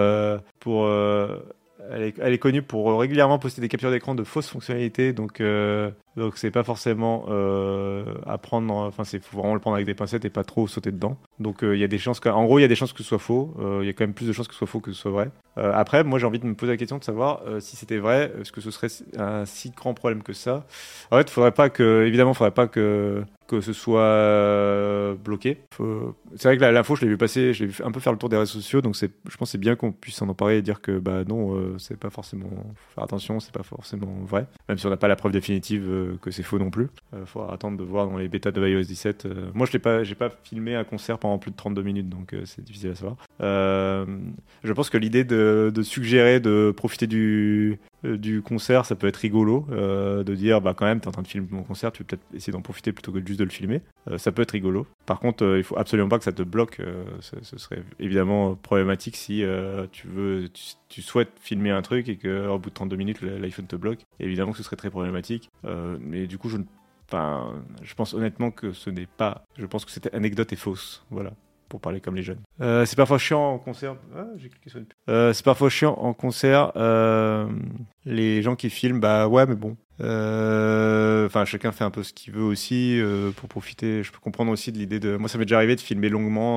Speaker 4: elle est connue pour régulièrement poster des captures d'écran de fausses fonctionnalités, donc c'est pas forcément à prendre. Enfin, faut vraiment le prendre avec des pincettes et pas trop sauter dedans. Donc il y a des chances que ce soit faux. Il y a quand même plus de chances que ce soit faux que ce soit vrai. Après, moi j'ai envie de me poser la question de savoir si c'était vrai, est-ce que ce serait un si grand problème que ça. En fait, faudrait pas que ce soit bloqué. C'est vrai que l'info, je l'ai vu passer, je l'ai vu un peu faire le tour des réseaux sociaux, donc je pense que c'est bien qu'on puisse en parler et dire que non, c'est pas forcément. Faut faire attention, c'est pas forcément vrai. Même si on n'a pas la preuve définitive que c'est faux non plus. Faudra attendre de voir dans les bêtas de iOS 17. Moi, j'ai pas filmé un concert pendant plus de 32 minutes, donc c'est difficile à savoir. Je pense que l'idée de suggérer de profiter du concert, ça peut être rigolo, de dire quand même t'es en train de filmer mon concert, tu peux peut-être essayer d'en profiter plutôt que juste de le filmer. Ça peut être rigolo. Par contre, il faut absolument pas que ça te bloque. Ce serait évidemment problématique si tu souhaites filmer un truc et qu'au bout de 32 minutes l'iPhone te bloque. Et évidemment que ce serait très problématique. Mais du coup, je pense honnêtement que ce n'est pas. Je pense que cette anecdote est fausse. Voilà. Pour parler comme les jeunes. C'est parfois chiant en concert. J'ai cliqué sur une pub. C'est parfois chiant en concert. Les gens qui filment, ouais, mais bon. Chacun fait un peu ce qu'il veut aussi pour profiter. Je peux comprendre aussi de l'idée de. Moi, ça m'est déjà arrivé de filmer longuement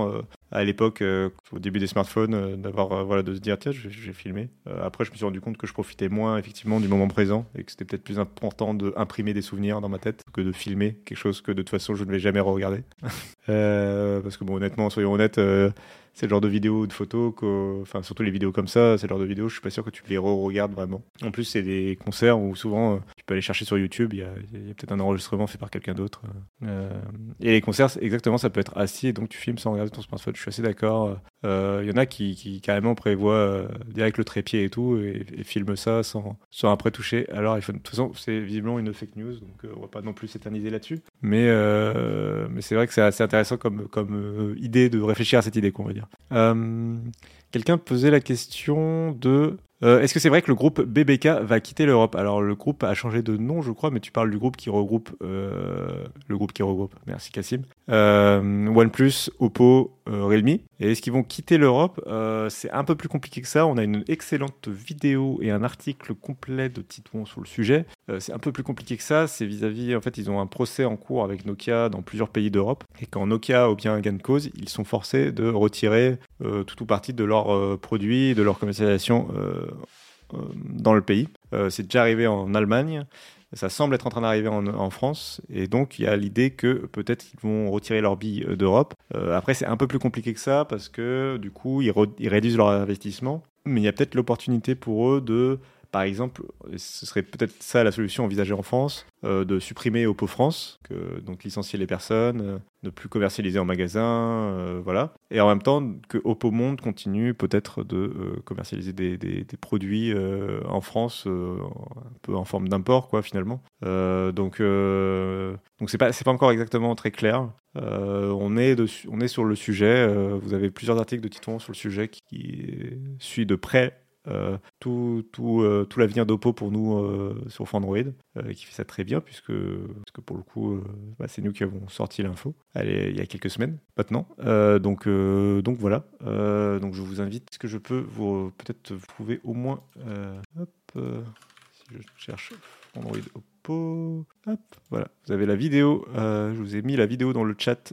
Speaker 4: à l'époque, au début des smartphones, d'avoir de se dire tiens, je vais filmer. Après, je me suis rendu compte que je profitais moins effectivement du moment présent et que c'était peut-être plus important d'imprimer des souvenirs dans ma tête que de filmer quelque chose que de toute façon je ne vais jamais regarder. Parce que bon, honnêtement, soyons honnêtes, c'est le genre de vidéos ou de photos, enfin surtout les vidéos comme ça, c'est le genre de vidéos, je suis pas sûr que tu les re-regardes vraiment. En plus, c'est des concerts où souvent tu peux aller chercher sur YouTube, il y a peut-être un enregistrement fait par quelqu'un d'autre. Et les concerts, exactement, ça peut être assis et donc tu filmes sans regarder ton smartphone. Je suis assez d'accord. Il y en a qui carrément prévoient direct le trépied et tout et filment ça sans après toucher à leur iPhone. De toute façon, c'est visiblement une fake news, donc on va pas non plus s'éterniser là-dessus. Mais c'est vrai que c'est assez intéressant comme idée de réfléchir à cette idée, qu'on va dire. Quelqu'un posait la question de est-ce que c'est vrai que le groupe BBK va quitter l'Europe? Alors le groupe a changé de nom, je crois, mais tu parles du groupe qui regroupe merci Cassim, OnePlus, Oppo, Realme. Et est-ce qu'ils vont quitter l'Europe? C'est un peu plus compliqué que ça. On a une excellente vidéo et un article complet de Titouan sur le sujet. C'est un peu plus compliqué que ça. C'est vis-à-vis, en fait, ils ont un procès en cours avec Nokia dans plusieurs pays d'Europe. Et quand Nokia obtient un gain de cause, ils sont forcés de retirer tout ou partie de leurs produits, de leur commercialisation dans le pays. C'est déjà arrivé en Allemagne. Ça semble être en train d'arriver en France. Et donc, il y a l'idée que peut-être ils vont retirer leurs billes d'Europe. Après, c'est un peu plus compliqué que ça parce que du coup, ils réduisent leur investissement. Mais il y a peut-être l'opportunité pour eux de, par exemple, ce serait peut-être ça la solution envisagée en France, de supprimer Oppo France, donc licencier les personnes, ne plus commercialiser en magasin, voilà. Et en même temps, que Oppo Monde continue peut-être de commercialiser des produits en France, un peu en forme d'import, quoi, finalement. Donc c'est pas encore exactement très clair. On est sur le sujet. Vous avez plusieurs articles de Titouan sur le sujet qui suit de près tout l'avenir d'Oppo pour nous sur Android, qui fait ça très bien parce que pour le coup c'est nous qui avons sorti l'info il y a quelques semaines maintenant, donc voilà, donc je vous invite, est-ce que je peux peut-être vous trouver au moins si je cherche Android Oppo, hop, voilà, vous avez la vidéo, je vous ai mis la vidéo dans le chat,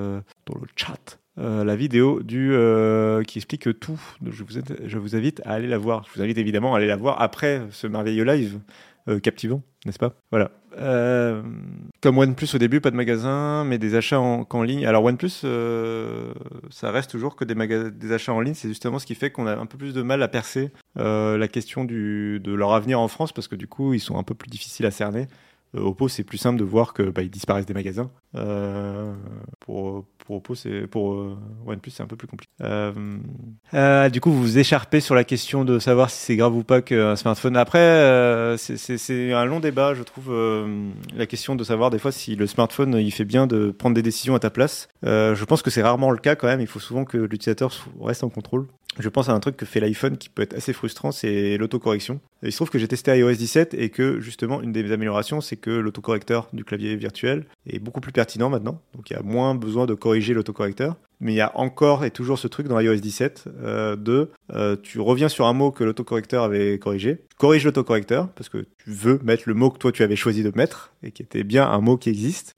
Speaker 4: la vidéo qui explique tout. Je vous invite à aller la voir. Je vous invite évidemment à aller la voir après ce merveilleux live captivant, n'est-ce pas? Voilà. Comme OnePlus au début, pas de magasin, mais des achats qu'en ligne. Alors OnePlus, ça reste toujours que des achats en ligne. C'est justement ce qui fait qu'on a un peu plus de mal à percer la question de leur avenir en France, parce que du coup, ils sont un peu plus difficiles à cerner. Oppo, c'est plus simple de voir que ils disparaissent des magasins. Pour Oppo, pour OnePlus, c'est un peu plus compliqué. Du coup, vous vous écharpez sur la question de savoir si c'est grave ou pas qu'un smartphone. Après, c'est un long débat, je trouve. La question de savoir des fois si le smartphone il fait bien de prendre des décisions à ta place. Je pense que c'est rarement le cas quand même. Il faut souvent que l'utilisateur reste en contrôle. Je pense à un truc que fait l'iPhone qui peut être assez frustrant, c'est l'autocorrection. Il se trouve que j'ai testé iOS 17 et que justement une des améliorations, c'est que l'autocorrecteur du clavier virtuel est beaucoup plus pertinent maintenant. Donc il y a moins besoin de corriger l'autocorrecteur. Mais il y a encore et toujours ce truc dans iOS 17 tu reviens sur un mot que l'autocorrecteur avait corrigé, tu corriges l'autocorrecteur parce que tu veux mettre le mot que toi tu avais choisi de mettre et qui était bien un mot qui existe.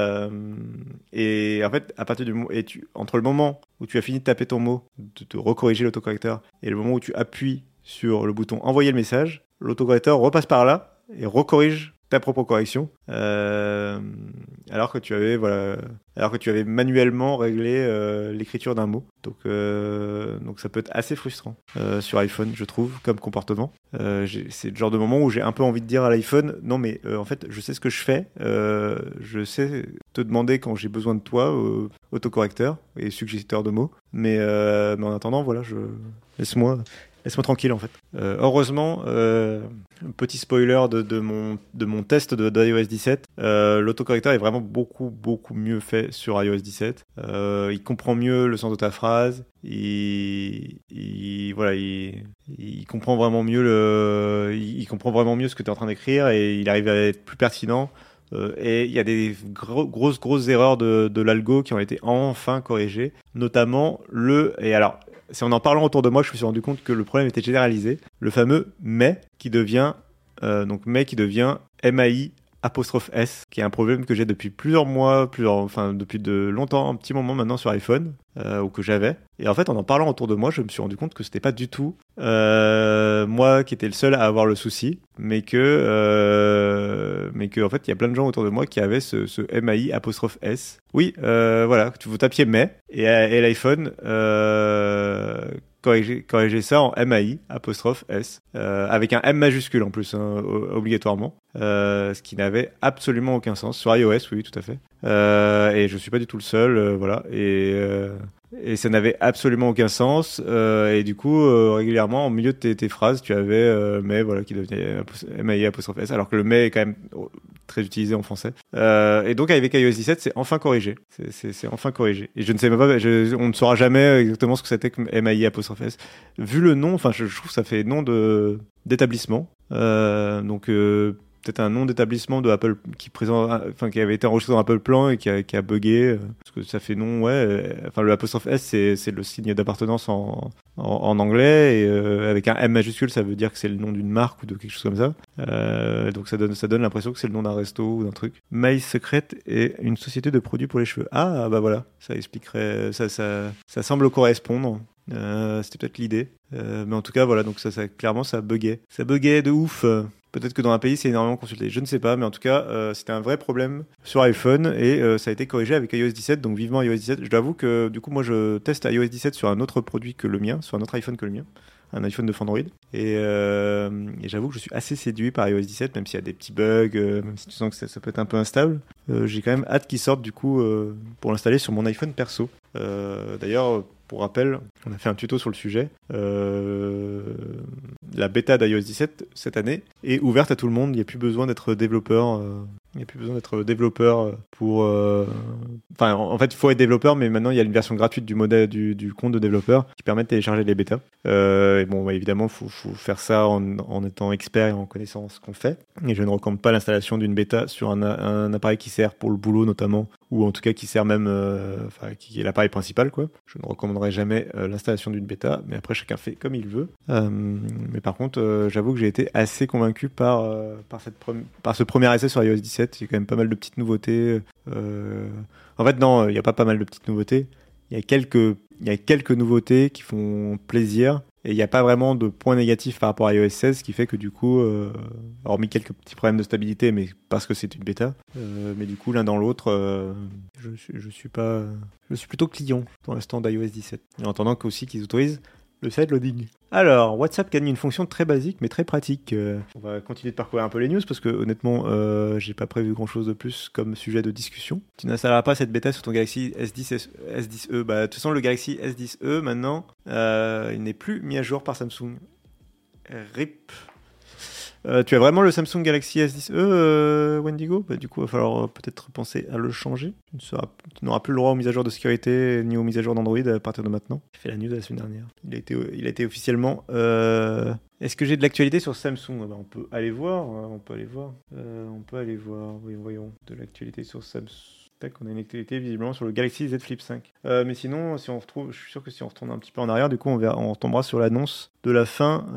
Speaker 4: Et en fait, à partir du moment entre le moment où tu as fini de taper ton mot, de te recorriger l'autocorrecteur, et le moment où tu appuies sur le bouton envoyer le message, l'autocorrecteur repasse par là et recorrige ta propre correction, alors que tu avais manuellement réglé l'écriture d'un mot. Donc ça peut être assez frustrant sur iPhone, je trouve, comme comportement. C'est le genre de moment où j'ai un peu envie de dire à l'iPhone, non mais en fait je sais ce que je fais, je sais te demander quand j'ai besoin de toi, autocorrecteur et suggestiteur de mots, mais en attendant voilà, laisse-moi tranquille en fait. Heureusement, petit spoiler de mon test d'iOS 17, l'autocorrecteur est vraiment beaucoup mieux fait sur iOS 17. Il comprend mieux le sens de ta phrase. Il comprend vraiment mieux il comprend vraiment mieux ce que tu es en train d'écrire et il arrive à être plus pertinent. Et il y a des grosses erreurs de l'algo qui ont été enfin corrigées, notamment c'est en parlant autour de moi que je me suis rendu compte que le problème était généralisé. Le fameux mais qui devient MAI ''S, qui est un problème que j'ai depuis plusieurs mois, depuis de longtemps, un petit moment maintenant sur iPhone, ou que j'avais. Et en fait, en parlant autour de moi, je me suis rendu compte que c'était pas du tout moi qui étais le seul à avoir le souci, mais que en fait, il y a plein de gens autour de moi qui avaient ce MAI''S. Oui, voilà, vous tapiez mais, et l'iPhone corriger ça en MAI''S, avec un M majuscule en plus, hein, obligatoirement, ce qui n'avait absolument aucun sens. Sur iOS, oui, tout à fait. Et je suis pas du tout le seul, voilà. Et ça n'avait absolument aucun sens. Et du coup, régulièrement, au milieu de tes phrases, tu avais mais voilà, qui devenait MAI''S, alors que le mais est quand même très utilisé en français. Et donc, avec iOS 17, c'est enfin corrigé. C'est enfin corrigé. Et je ne sais même pas, on ne saura jamais exactement ce que c'était que MAI''S. Vu le nom, enfin, je trouve que ça fait nom d'établissement. Donc, peut-être un nom d'établissement de Apple qui avait été enregistré dans Apple Plan et qui a bugué, parce que ça fait nom, ouais. Enfin, le ''S, c'est le signe d'appartenance en anglais, et avec un M majuscule, ça veut dire que c'est le nom d'une marque ou de quelque chose comme ça. Donc ça donne l'impression que c'est le nom d'un resto ou d'un truc. My Secret est une société de produits pour les cheveux. Ah, bah voilà, ça expliquerait, ça semble correspondre. C'était peut-être l'idée, mais en tout cas voilà, donc clairement ça buguait de ouf. Peut-être que dans un pays c'est énormément consulté, je ne sais pas, mais en tout cas c'était un vrai problème sur iPhone, et ça a été corrigé avec iOS 17, donc vivement iOS 17. Je dois avouer que du coup moi je teste iOS 17 sur un autre produit que le mien, sur un autre iPhone que le mien, un iPhone de Android, et j'avoue que je suis assez séduit par iOS 17, même s'il y a des petits bugs, même si tu sens que ça peut être un peu instable. J'ai quand même hâte qu'il sorte du coup pour l'installer sur mon iPhone perso. D'ailleurs, pour rappel, on a fait un tuto sur le sujet. La bêta d'iOS 17 cette année est ouverte à tout le monde. Il n'y a plus besoin d'être développeur. Pour. Enfin, en fait, il faut être développeur, mais maintenant il y a une version gratuite du modèle du compte de développeur qui permet de télécharger les bêtas. Et bon, évidemment, faut faire ça en étant expert et en connaissant ce qu'on fait. Et je ne recommande pas l'installation d'une bêta sur un appareil qui sert pour le boulot notamment, ou en tout cas qui sert même, qui est l'appareil principal, quoi. Je ne recommanderais jamais l'installation d'une bêta, mais après chacun fait comme il veut. Mais par contre, j'avoue que j'ai été assez convaincu par ce premier essai sur iOS 17. Il y a quand même pas mal de petites nouveautés. En fait, non, il n'y a pas mal de petites nouveautés. Il y a quelques nouveautés qui font plaisir. Et il n'y a pas vraiment de points négatifs par rapport à iOS 16, ce qui fait que du coup, hormis quelques petits problèmes de stabilité, mais parce que c'est une bêta, mais du coup, l'un dans l'autre, je suis plutôt client pour l'instant d'iOS 17. En attendant aussi qu'ils autorisent le side loading. Alors, WhatsApp gagne une fonction très basique mais très pratique. On va continuer de parcourir un peu les news parce que honnêtement, j'ai pas prévu grand chose de plus comme sujet de discussion. Tu n'installeras pas cette bêta sur ton Galaxy S10e. Bah, de toute façon, le Galaxy S10e maintenant, il n'est plus mis à jour par Samsung. RIP. Tu as vraiment le Samsung Galaxy S10e, Wendigo ? Bah, du coup, il va falloir peut-être penser à le changer. Tu n'auras plus le droit aux mises à jour de sécurité ni aux mises à jour d'Android à partir de maintenant. J'ai fait la news la semaine dernière. Il a été officiellement... Est-ce que j'ai de l'actualité sur Samsung ? Bah, on peut aller voir. Oui, voyons. De l'actualité sur Samsung. On a une actualité visiblement sur le Galaxy Z Flip 5. Mais sinon, je suis sûr que si on retourne un petit peu en arrière, du coup, on retombera sur l'annonce de la fin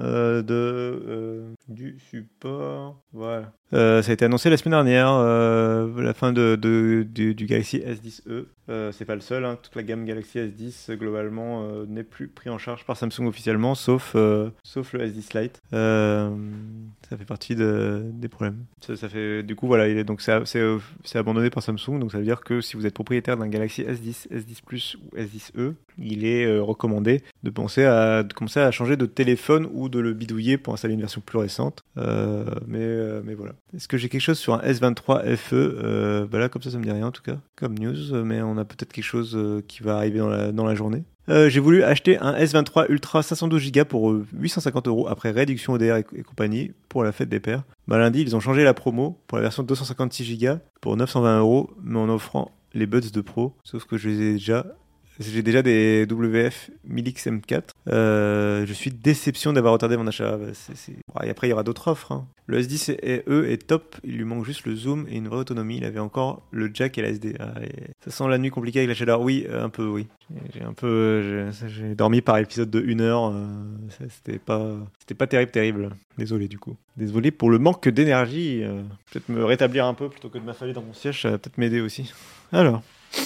Speaker 4: du support. Voilà. Ça a été annoncé la semaine dernière, la fin du Galaxy S10e. C'est pas le seul, hein. Toute la gamme Galaxy S10 globalement n'est plus pris en charge par Samsung officiellement, sauf le S10 Lite. Ça fait partie des problèmes. Ça fait, du coup, voilà, donc c'est abandonné par Samsung, donc ça veut dire que si vous êtes propriétaire d'un Galaxy S10, S10 Plus ou S10e, il est recommandé de commencer à changer de téléphone ou de le bidouiller pour installer une version plus récente. Mais voilà. Est-ce que j'ai quelque chose sur un S23 FE ? Bah là, comme ça me dit rien en tout cas, comme news, mais on a peut-être quelque chose qui va arriver dans la journée. J'ai voulu acheter un S23 Ultra 512Go pour 850€ après réduction ODR et compagnie pour la fête des pères. Bah lundi, ils ont changé la promo pour la version 256Go pour 920€, mais en offrant les Buds 2 Pro, sauf que je les ai déjà J'ai déjà des WF 1000X M4. Je suis déception d'avoir retardé mon achat. Et après, il y aura d'autres offres. Hein. Le S10 est top. Il lui manque juste le zoom et une vraie autonomie. Il avait encore le jack et la SD. Ça sent la nuit compliquée avec la chaleur. Oui, un peu, oui. J'ai dormi par épisode de 1 heure. C'était pas terrible. Désolé du coup. Désolé pour le manque d'énergie. Peut-être me rétablir un peu plutôt que de m'affaler dans mon siège. Ça va peut-être m'aider aussi. Alors.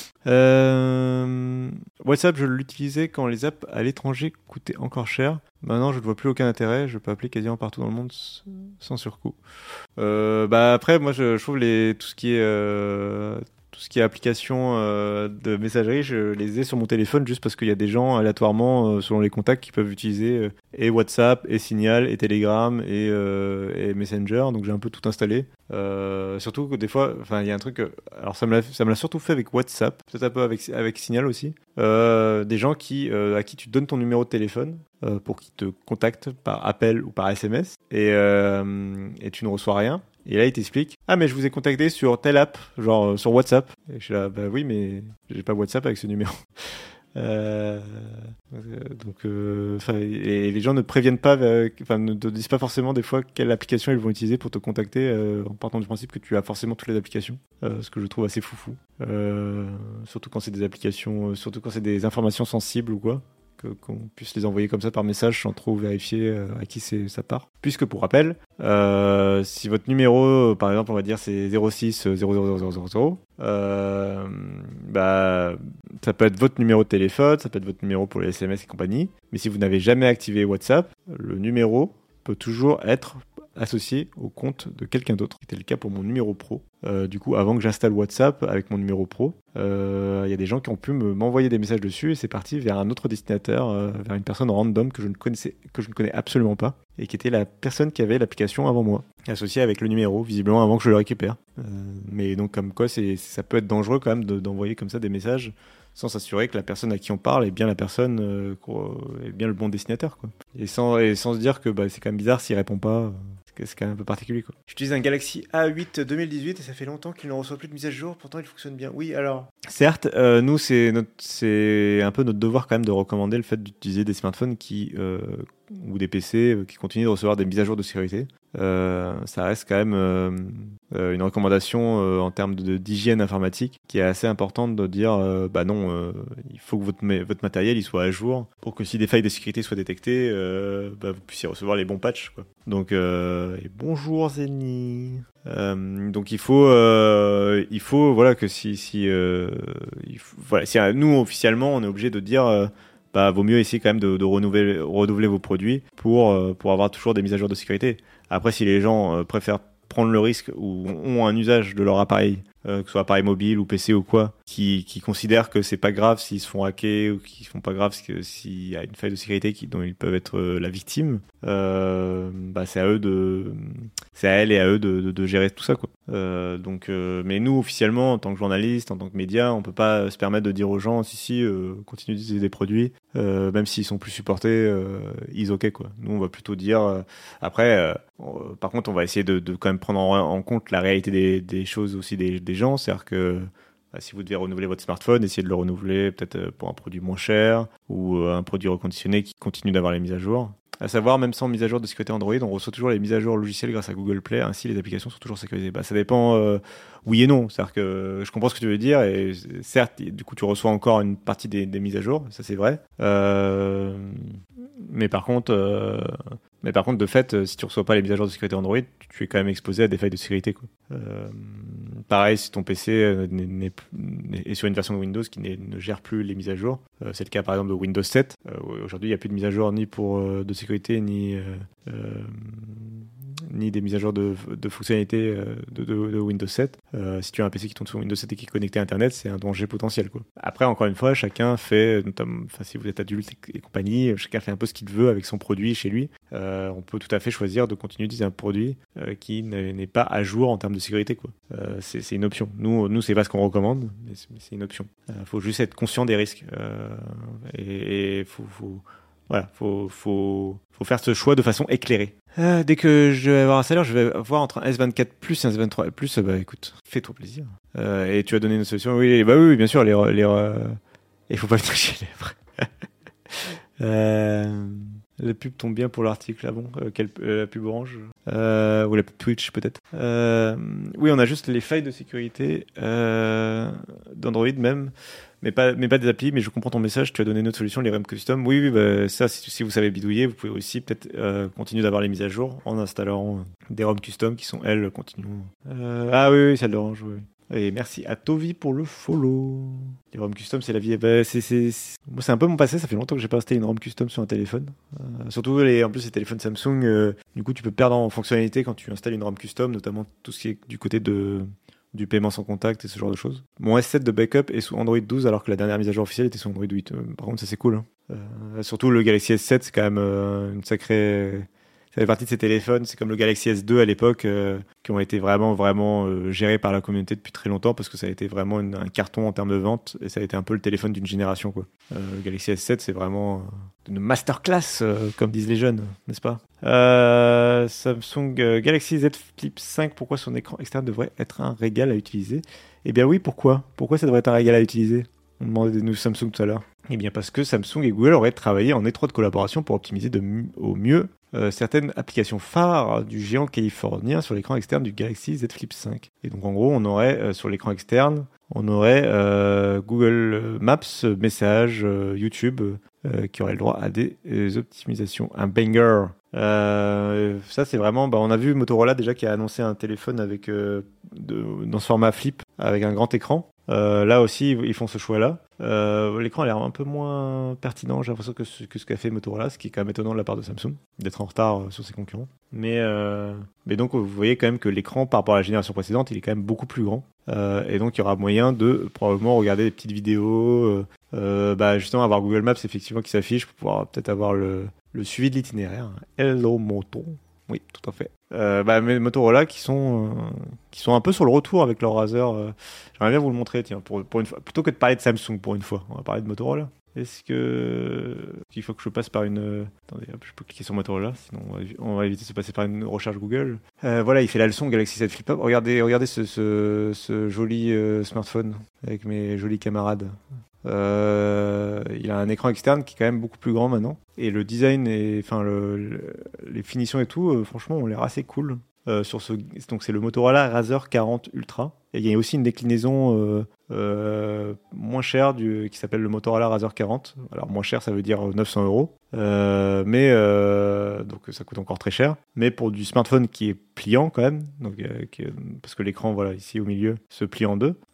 Speaker 4: WhatsApp, je l'utilisais quand les apps à l'étranger coûtaient encore cher. Maintenant, je ne vois plus aucun intérêt. Je peux appeler quasiment partout dans le monde sans surcoût. Après, moi, je trouve tout ce qui est application de messagerie, je les ai sur mon téléphone juste parce qu'il y a des gens aléatoirement, selon les contacts, qui peuvent utiliser et WhatsApp, et Signal, et Telegram, et Messenger. Donc j'ai un peu tout installé. Surtout que des fois, il y a un truc. Alors ça me l'a surtout fait avec WhatsApp, peut-être un peu avec Signal aussi. Des gens à qui tu donnes ton numéro de téléphone pour qu'ils te contactent par appel ou par SMS et tu ne reçois rien. Et là, il t'explique « Ah, mais je vous ai contacté sur telle app, genre sur WhatsApp. » Et je suis là « Bah oui, mais j'ai pas WhatsApp avec ce numéro. » Et les gens ne préviennent pas, ne te disent pas forcément des fois quelle application ils vont utiliser pour te contacter en partant du principe que tu as forcément toutes les applications, ce que je trouve assez foufou. Surtout quand c'est des applications, surtout quand c'est des informations sensibles ou quoi. Qu'on puisse les envoyer comme ça par message sans trop vérifier à qui ça part. Puisque pour rappel, si votre numéro, par exemple, on va dire c'est 06 00000, ça peut être votre numéro de téléphone, ça peut être votre numéro pour les SMS et compagnie. Mais si vous n'avez jamais activé WhatsApp, le numéro peut toujours être associé au compte de quelqu'un d'autre. C'était le cas pour mon numéro pro. Du coup, avant que j'installe WhatsApp avec mon numéro pro, y a des gens qui ont pu m'envoyer des messages dessus et c'est parti vers un autre destinataire, vers une personne random que je ne connais absolument pas et qui était la personne qui avait l'application avant moi, associée avec le numéro, visiblement avant que je le récupère. Mais donc comme quoi, ça peut être dangereux quand même d'envoyer comme ça des messages sans s'assurer que la personne à qui on parle est bien la personne, est bien le bon destinataire, quoi. Et sans se dire que c'est quand même bizarre s'il répond pas. C'est quand même un peu particulier, quoi. J'utilise un Galaxy A8 2018 et ça fait longtemps qu'il ne reçoit plus de mise à jour, pourtant il fonctionne bien. Oui, alors. Certes, nous, c'est un peu notre devoir quand même de recommander le fait d'utiliser des smartphones ou des PC qui continuent de recevoir des mises à jour de sécurité. Ça reste quand même une recommandation en termes d'hygiène informatique qui est assez importante de dire non, il faut que votre matériel il soit à jour pour que si des failles de sécurité soient détectées, vous puissiez recevoir les bons patchs, quoi. Donc et bonjour Zeni. Donc il faut voilà que si nous officiellement on est obligé de dire vaut mieux essayer quand même de renouveler vos produits pour avoir toujours des mises à jour de sécurité. Après, si les gens préfèrent prendre le risque ou ont un usage de leur appareil, que ce soit appareil mobile ou PC ou quoi, qui considèrent que c'est pas grave s'ils se font hacker ou qu'ils font pas grave s'il y a une faille de sécurité dont ils peuvent être la victime, c'est à elle et à eux de gérer tout ça, quoi. Mais nous officiellement en tant que journaliste, en tant que média, on peut pas se permettre de dire aux gens continuez d'utiliser des produits même s'ils sont plus supportés, ok, quoi. Nous on va plutôt dire après par contre on va essayer de quand même prendre en compte la réalité des choses aussi des gens, c'est-à-dire que si vous devez renouveler votre smartphone, essayez de le renouveler peut-être pour un produit moins cher ou un produit reconditionné qui continue d'avoir les mises à jour. À savoir, même sans mise à jour de sécurité Android, on reçoit toujours les mises à jour logicielles grâce à Google Play, ainsi les applications sont toujours sécurisées. Ça dépend, oui et non. C'est-à-dire que je comprends ce que tu veux dire, et certes, du coup, tu reçois encore une partie des mises à jour, ça c'est vrai. Mais par contre, de fait, si tu reçois pas les mises à jour de sécurité Android, tu es quand même exposé à des failles de sécurité, quoi. Pareil, si ton PC est sur une version de Windows qui ne gère plus les mises à jour, c'est le cas par exemple de Windows 7. Aujourd'hui, il n'y a plus de mise à jour ni pour de sécurité ni des mises à jour de fonctionnalités de Windows 7. Si tu as un PC qui tourne sur Windows 7 et qui est connecté à Internet, c'est un danger potentiel, quoi. Après, encore une fois, chacun fait, si vous êtes adulte et compagnie, chacun fait un peu ce qu'il veut avec son produit chez lui. On peut tout à fait choisir de continuer d'utiliser un produit qui n'est pas à jour en termes de sécurité, quoi. C'est une option. Nous, c'est pas ce qu'on recommande, mais c'est une option. Faut juste être conscient des risques et faut faire ce choix de façon éclairée. Dès que je vais avoir un salaire, je vais avoir entre un S24 Plus et un S23 Plus. Écoute, fais-toi plaisir. Et tu as donné une solution. Oui, bien sûr, les il faut pas venir chialer après. La pub tombe bien pour l'article, ah bon, la pub Orange ou la pub Twitch peut-être. Oui, on a juste les failles de sécurité d'Android même, mais pas des applis. Mais je comprends ton message, tu as donné une autre solution, les ROM custom. Oui, bah, ça, si vous savez bidouiller, vous pouvez aussi peut-être continuer d'avoir les mises à jour en installant des ROM custom qui sont, elles, continuent. Ah oui, celle d'Orange, oui. Et merci à Tovi pour le follow. Les ROM custom, c'est la vie. Bah, moi, c'est un peu mon passé. Ça fait longtemps que j'ai pas installé une ROM custom sur un téléphone. Surtout, en plus, les téléphones Samsung, du coup, tu peux perdre en fonctionnalité quand tu installes une ROM custom, notamment tout ce qui est du côté du paiement sans contact et ce genre de choses. Mon S7 de backup est sous Android 12, alors que la dernière mise à jour officielle était sous Android 8. Par contre, ça, c'est cool. Hein. Surtout, le Galaxy S7, c'est quand même une sacrée... Ça fait partie de ces téléphones, c'est comme le Galaxy S2 à l'époque, qui ont été vraiment gérés par la communauté depuis très longtemps, parce que ça a été vraiment un carton en termes de vente, et ça a été un peu le téléphone d'une génération, quoi. Le Galaxy S7, c'est vraiment une masterclass, comme disent les jeunes, n'est-ce pas? Samsung Galaxy Z Flip 5, pourquoi son écran externe devrait être un régal à utiliser? Eh bien oui, pourquoi? Pourquoi ça devrait être un régal à utiliser? On demandait de nous Samsung tout à l'heure. Eh bien parce que Samsung et Google auraient travaillé en étroite collaboration pour optimiser au mieux certaines applications phares du géant californien sur l'écran externe du Galaxy Z Flip 5. Et donc en gros, on aurait sur l'écran externe, on aurait Google Maps, Messages, YouTube, qui aurait le droit à des optimisations. Un banger. Ça c'est vraiment, on a vu Motorola déjà qui a annoncé un téléphone avec dans ce format flip avec un grand écran. Là aussi ils font ce choix-là. L'écran a l'air un peu moins pertinent, j'ai l'impression que ce qu'a fait Motorola, ce qui est quand même étonnant de la part de Samsung d'être en retard sur ses concurrents. Mais donc vous voyez quand même que l'écran par rapport à la génération précédente, il est quand même beaucoup plus grand. Et donc il y aura moyen de probablement regarder des petites vidéos, justement avoir Google Maps effectivement qui s'affiche pour pouvoir peut-être avoir le suivi de l'itinéraire. Hello Moto. Oui, tout à fait. Mais Motorola qui sont un peu sur le retour avec leur Razr. J'aimerais bien vous le montrer, tiens, pour une fois. Plutôt que de parler de Samsung pour une fois, on va parler de Motorola. Est-ce que... Il faut que je passe par une... Attendez, hop, je peux cliquer sur Motorola, sinon on va éviter de se passer par une recherche Google. Voilà, il fait la leçon Galaxy 7 Flip Up. Regardez ce joli smartphone avec mes jolis camarades. Il a un écran externe qui est quand même beaucoup plus grand maintenant. Et le design, les finitions et tout, franchement, ont l'air assez cool. Donc c'est le Motorola Razr 40 Ultra. Et il y a aussi une déclinaison moins chère qui s'appelle le Motorola Razr 40. Alors moins cher, ça veut dire 900 €. Donc ça coûte encore très cher. Mais pour du smartphone qui est pliant quand même, donc, parce que l'écran, voilà, ici au milieu, se plie en deux.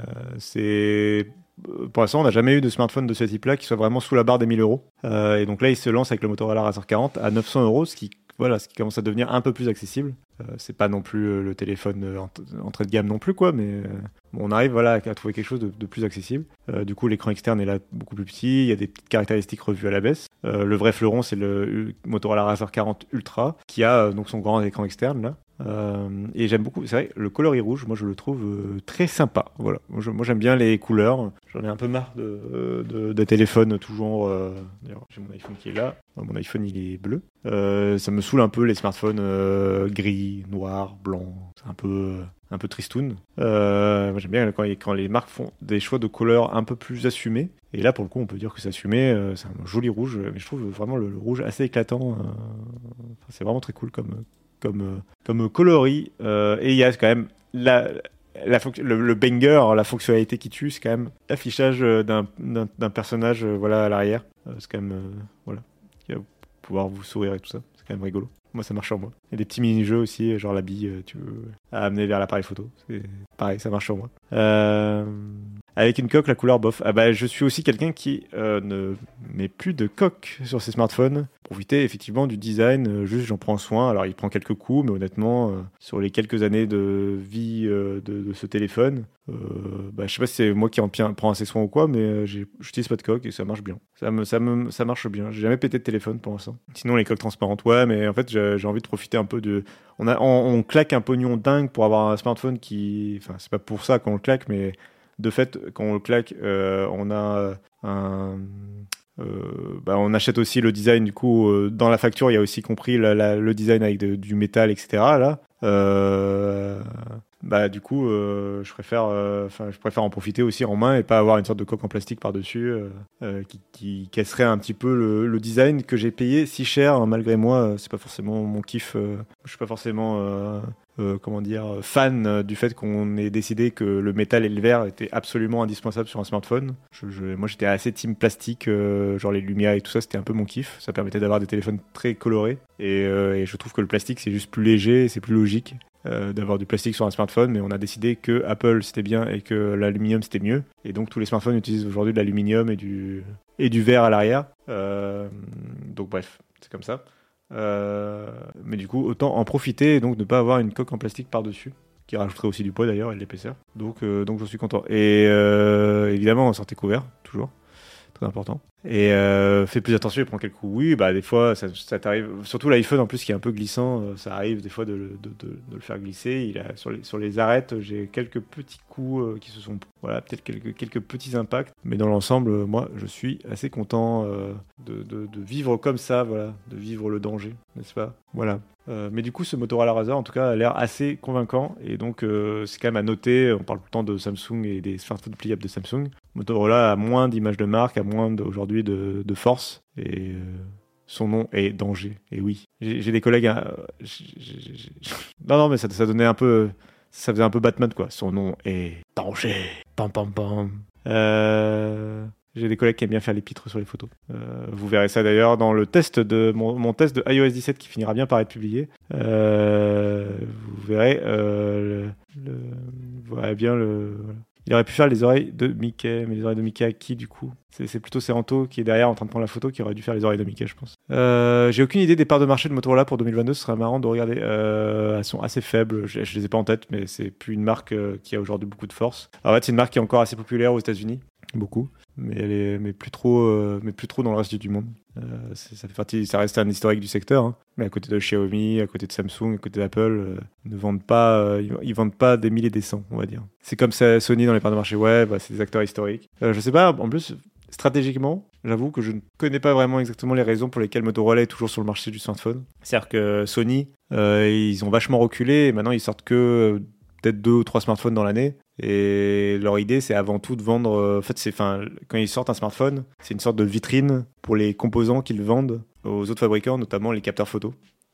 Speaker 4: Pour l'instant, on n'a jamais eu de smartphone de ce type-là qui soit vraiment sous la barre des 1000 €. Et donc là, il se lance avec le Motorola Razr 40 à 900 €, ce qui commence à devenir un peu plus accessible. C'est pas non plus le téléphone entrée de gamme non plus, quoi, mais on arrive à trouver quelque chose de plus accessible. Du coup, l'écran externe est là beaucoup plus petit, il y a des petites caractéristiques revues à la baisse. Le vrai fleuron, c'est le Motorola Razr 40 Ultra, qui a donc son grand écran externe là. Et j'aime beaucoup, c'est vrai, le coloris rouge, moi je le trouve très sympa. Voilà, moi j'aime bien les couleurs. J'en ai un peu marre de téléphones toujours. D'ailleurs, j'ai mon iPhone qui est là. Mon iPhone il est bleu. Ça me saoule un peu les smartphones gris, noir, blanc. C'est un peu tristoun. Moi j'aime bien quand les marques font des choix de couleurs un peu plus assumés. Et là pour le coup on peut dire que c'est assumé. C'est un joli rouge, mais je trouve vraiment le rouge assez éclatant. C'est vraiment très cool comme coloris. Et il y a quand même le banger, la fonctionnalité qui tue, c'est quand même l'affichage d'un personnage à l'arrière. C'est quand même qui va pouvoir vous sourire et tout ça. C'est quand même rigolo. Moi, ça marche sur moi. Il y a des petits mini-jeux aussi, genre la bille, tu veux amener vers l'appareil photo. C'est pareil, ça marche sur moi. Avec une coque, la couleur bof. Je suis aussi quelqu'un qui ne met plus de coque sur ses smartphones. Profiter effectivement du design, juste j'en prends soin. Alors il prend quelques coups, mais honnêtement, sur les quelques années de vie de ce téléphone, je sais pas si c'est moi qui en prends assez soin ou quoi, mais j'utilise pas de coque et ça marche bien. Ça marche bien. J'ai jamais pété de téléphone pour l'instant. Sinon les coques transparentes, ouais, mais en fait j'ai envie de profiter un peu de... On claque un pognon dingue pour avoir un smartphone qui... Enfin, c'est pas pour ça qu'on le claque, mais de fait, quand on le claque, on a on achète aussi le design, du coup, dans la facture, il y a aussi compris le design avec du métal, etc. Là. bah du coup, je préfère en profiter aussi en main et pas avoir une sorte de coque en plastique par-dessus qui casserait un petit peu le design que j'ai payé si cher, hein, malgré moi. C'est pas forcément mon kiff. Je suis pas forcément fan du fait qu'on ait décidé que le métal et le verre étaient absolument indispensables sur un smartphone. Moi, j'étais assez team plastique, genre les Lumia et tout ça, c'était un peu mon kiff. Ça permettait d'avoir des téléphones très colorés. Et je trouve que le plastique, c'est juste plus léger et c'est plus logique d'avoir du plastique sur un smartphone. Mais on a décidé que Apple, c'était bien et que l'aluminium, c'était mieux. Et donc, tous les smartphones utilisent aujourd'hui de l'aluminium et du verre à l'arrière. Donc, bref, c'est comme ça. Mais du coup, autant en profiter et donc ne pas avoir une coque en plastique par-dessus, qui rajouterait aussi du poids d'ailleurs et de l'épaisseur. Donc j'en suis content. Et évidemment, sortez couvert, toujours. Très important. Et fais plus attention, il prend quelques coups. Oui, bah des fois, ça t'arrive. Surtout l'iPhone en plus qui est un peu glissant, ça arrive des fois de le faire glisser. Sur les arêtes, j'ai quelques petits coups qui se sont. Voilà, peut-être quelques petits impacts. Mais dans l'ensemble, moi, je suis assez content de vivre comme ça, voilà, de vivre le danger, n'est-ce pas? Voilà. Mais du coup, ce Motorola Razr, en tout cas, a l'air assez convaincant. Et donc, c'est quand même à noter. On parle tout le temps de Samsung et des smartphones pliables de Samsung. Motorola a moins d'image de marque, a moins aujourd'hui de force. Et son nom est Danger. Et oui, j'ai des collègues. Non, mais ça donnait un peu. Ça faisait un peu Batman, quoi. Son nom est Danger. Pam, pam, pam. J'ai des collègues qui aiment bien faire les pitres sur les photos. Vous verrez ça d'ailleurs dans le test de mon test de iOS 17 qui finira bien par être publié. Vous verrez vous verrez bien voilà. Il aurait pu faire les oreilles de Mickey, mais les oreilles de Mickey à qui du coup? C'est plutôt Seranto qui est derrière en train de prendre la photo qui aurait dû faire les oreilles de Mickey, je pense. J'ai aucune idée des parts de marché de Motorola pour 2022, ce serait marrant de regarder. Elles sont assez faibles, je les ai pas en tête, mais c'est plus une marque qui a aujourd'hui beaucoup de force. Alors, en fait, c'est une marque qui est encore assez populaire aux États-Unis, beaucoup, mais plus trop dans le reste du monde. Ça fait partie, ça reste un historique du secteur, hein. Mais à côté de Xiaomi, à côté de Samsung, à côté d'Apple, ils vendent pas des milliers et des cents, on va dire. C'est comme ça, Sony dans les parts de marché web, c'est des acteurs historiques. Je sais pas, en plus, stratégiquement, j'avoue que je ne connais pas vraiment exactement les raisons pour lesquelles Motorola est toujours sur le marché du smartphone. C'est-à-dire que Sony, ils ont vachement reculé et maintenant ils sortent que peut-être 2 ou 3 smartphones dans l'année. Et leur idée, c'est avant tout de vendre. En fait, quand ils sortent un smartphone, c'est une sorte de vitrine pour les composants qu'ils vendent aux autres fabricants, notamment les capteurs photo.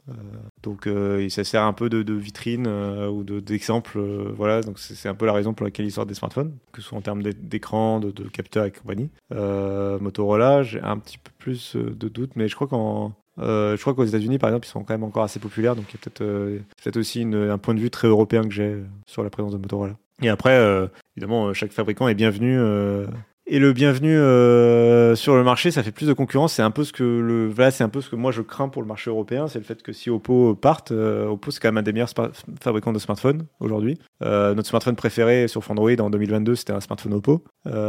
Speaker 4: Donc, ça sert un peu de vitrine ou d'exemple. Voilà, donc c'est un peu la raison pour laquelle ils sortent des smartphones, que ce soit en termes d'écran, de capteurs et compagnie. Motorola, j'ai un petit peu plus de doutes, mais je crois qu'aux États-Unis, par exemple, ils sont quand même encore assez populaires, donc il y a peut-être aussi un point de vue très européen que j'ai sur la présence de Motorola. Et après, évidemment, chaque fabricant est bienvenu. Et le bienvenu sur le marché, ça fait plus de concurrence. C'est un peu ce que moi je crains pour le marché européen, c'est le fait que si Oppo parte, Oppo c'est quand même un des meilleurs fabricants de smartphones aujourd'hui. Notre smartphone préféré sur Android en 2022, c'était un smartphone Oppo.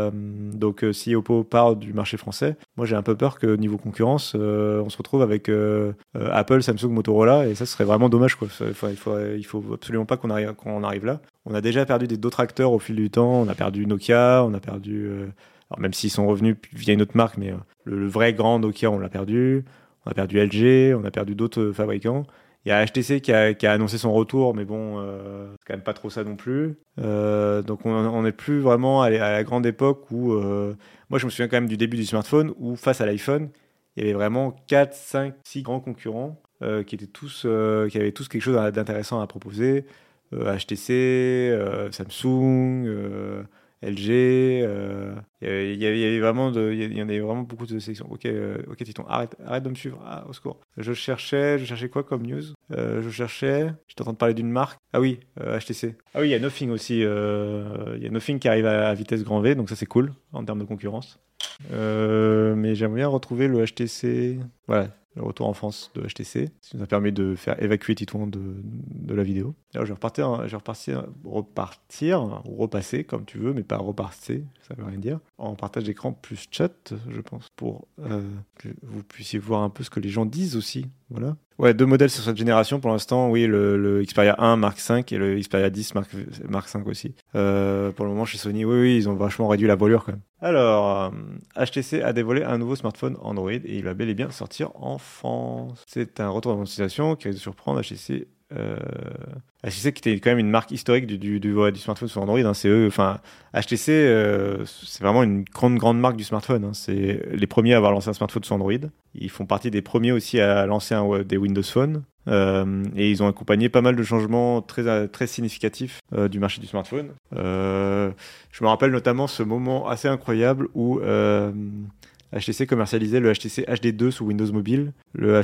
Speaker 4: Donc si Oppo part du marché français, moi j'ai un peu peur que niveau concurrence, on se retrouve avec Apple, Samsung, Motorola, et ça serait vraiment dommage, quoi. Il faut absolument pas qu'on en arrive là. On a déjà perdu d'autres acteurs au fil du temps. On a perdu Nokia, on a perdu. Alors même s'ils sont revenus via une autre marque, mais le vrai grand Nokia, on l'a perdu. On a perdu LG, on a perdu d'autres fabricants. Il y a HTC qui a annoncé son retour, mais bon, c'est quand même pas trop ça non plus. Donc on n'est plus vraiment à la grande époque où. Moi, je me souviens quand même du début du smartphone où, face à l'iPhone, il y avait vraiment 4, 5, 6 grands concurrents qui avaient tous quelque chose d'intéressant à proposer. HTC, Samsung, LG, il y en avait vraiment beaucoup de sélections. Ok, Titon, arrête de me suivre. Ah, au secours. Je cherchais quoi comme news? J'étais en train de parler d'une marque. Ah oui, HTC. Ah oui, il y a Nothing aussi. Il y a Nothing qui arrive à vitesse grand V, donc ça c'est cool en termes de concurrence. Mais j'aimerais bien retrouver le HTC. Voilà. Le retour en France de HTC, ce qui nous a permis de faire évacuer Titouan de la vidéo. Alors je vais repartir, ou repasser comme tu veux, mais pas repasser, ça veut rien dire, en partage d'écran plus chat, je pense, pour que vous puissiez voir un peu ce que les gens disent aussi. Voilà. Ouais, 2 modèles sur cette génération pour l'instant, oui, le Xperia 1 Mark 5 et le Xperia 10 Mark 5 aussi. Pour le moment chez Sony, oui, ils ont vachement réduit la voilure quand même. Alors, HTC a dévoilé un nouveau smartphone Android et il va bel et bien sortir en France. C'est un retour d'annonciation qui risque de surprendre. HTC HTC qui était quand même une marque historique du smartphone sur Android, hein. C'est eux, enfin HTC, c'est vraiment une grande marque du smartphone, hein. C'est les premiers à avoir lancé un smartphone sur Android. Ils font partie des premiers aussi à lancer des Windows Phone. Et ils ont accompagné pas mal de changements très significatifs du marché du smartphone. Je me rappelle notamment ce moment assez incroyable où HTC commercialisait le HTC HD2 sous Windows Mobile, le